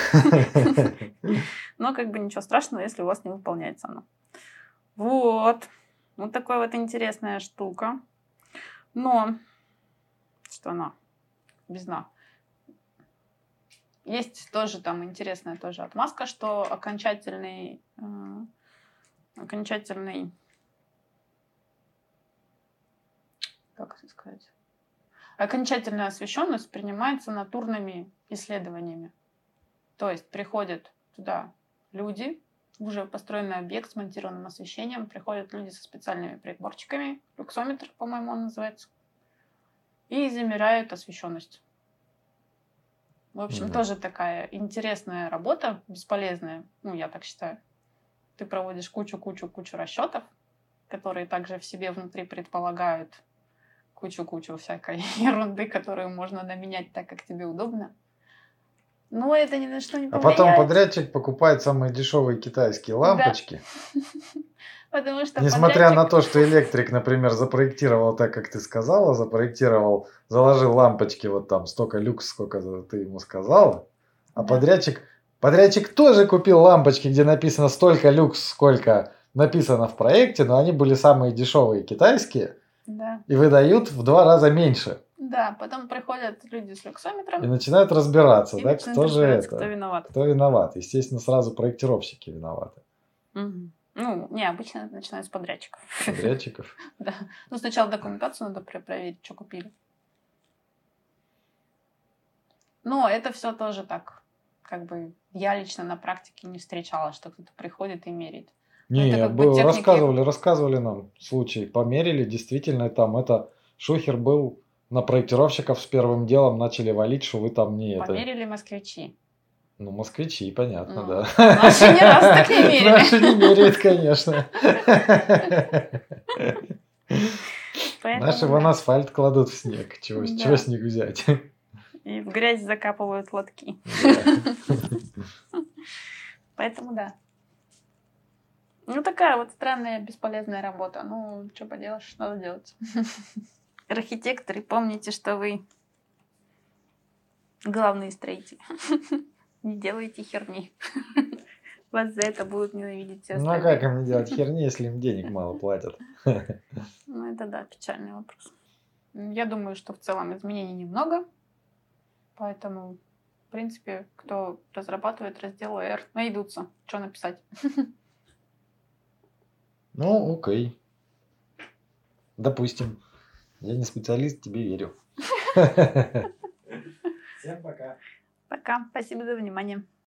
Но как бы ничего страшного, если у вас не выполняется оно. Вот. Вот такая вот интересная штука. Но что она? Без «но». Есть тоже там интересная тоже отмазка, что окончательный, э, окончательный, как это сказать, окончательная освещенность принимается натурными исследованиями. То есть приходят туда люди, уже построенный объект с монтированным освещением, приходят люди со специальными приборчиками, люксометр, по-моему, он называется, и замеряют освещенность. В общем, Да. тоже такая интересная работа, бесполезная, ну, я так считаю. Ты проводишь кучу-кучу-кучу расчетов, которые также в себе внутри предполагают кучу-кучу всякой ерунды, которую можно наменять так, как тебе удобно. Но это ни на что не А повлияет. потом подрядчик покупает самые дешевые китайские лампочки. Потому что Несмотря подрядчик- на то, что электрик, например, запроектировал так, как ты сказала, запроектировал, заложил лампочки вот там столько люкс, сколько ты ему сказала, а Да. подрядчик, подрядчик тоже купил лампочки, где написано столько люкс, сколько написано в проекте, но они были самые дешевые китайские Да, и выдают в два раза меньше. да, потом приходят люди с люксометром И начинают разбираться, и да, начинают кто же разбираться, это, кто виноват. кто виноват. Естественно, сразу проектировщики виноваты. Мгм. Ну, не, обычно начинают с подрядчиков. Подрядчиков? Да. Ну, сначала документацию надо проверить, что купили. Но это все тоже так, как бы, я лично на практике не встречала, что кто-то приходит и меряет. Не, это как бы был, техники- рассказывали, рассказывали нам случай. Померили, действительно, там это шухер был, на проектировщиков с первым делом начали валить, что вы там не это. Померили москвичи. Ну, москвичи, понятно, Ну, да. наши ни разу так не мерили. Наши не меряют, конечно. Поэтому Наши да. вон асфальт кладут в снег. Чего, Да. чего с них взять? И в грязь закапывают лотки. Да. Поэтому да. Ну, такая вот странная, бесполезная работа. Ну, что поделаешь, надо делать. Архитекторы, помните, что вы главные строители. Не делайте херни. Вас за это будут ненавидеть все Ну, а остальные. как им не делать херни, если им денег мало платят? Ну, это да, печальный вопрос. Я думаю, что в целом изменений немного. Поэтому, в принципе, кто разрабатывает раздел эй ар, найдутся, что написать. Ну, окей. Допустим. Я не специалист, тебе верю. Всем пока. Пока. Спасибо за внимание.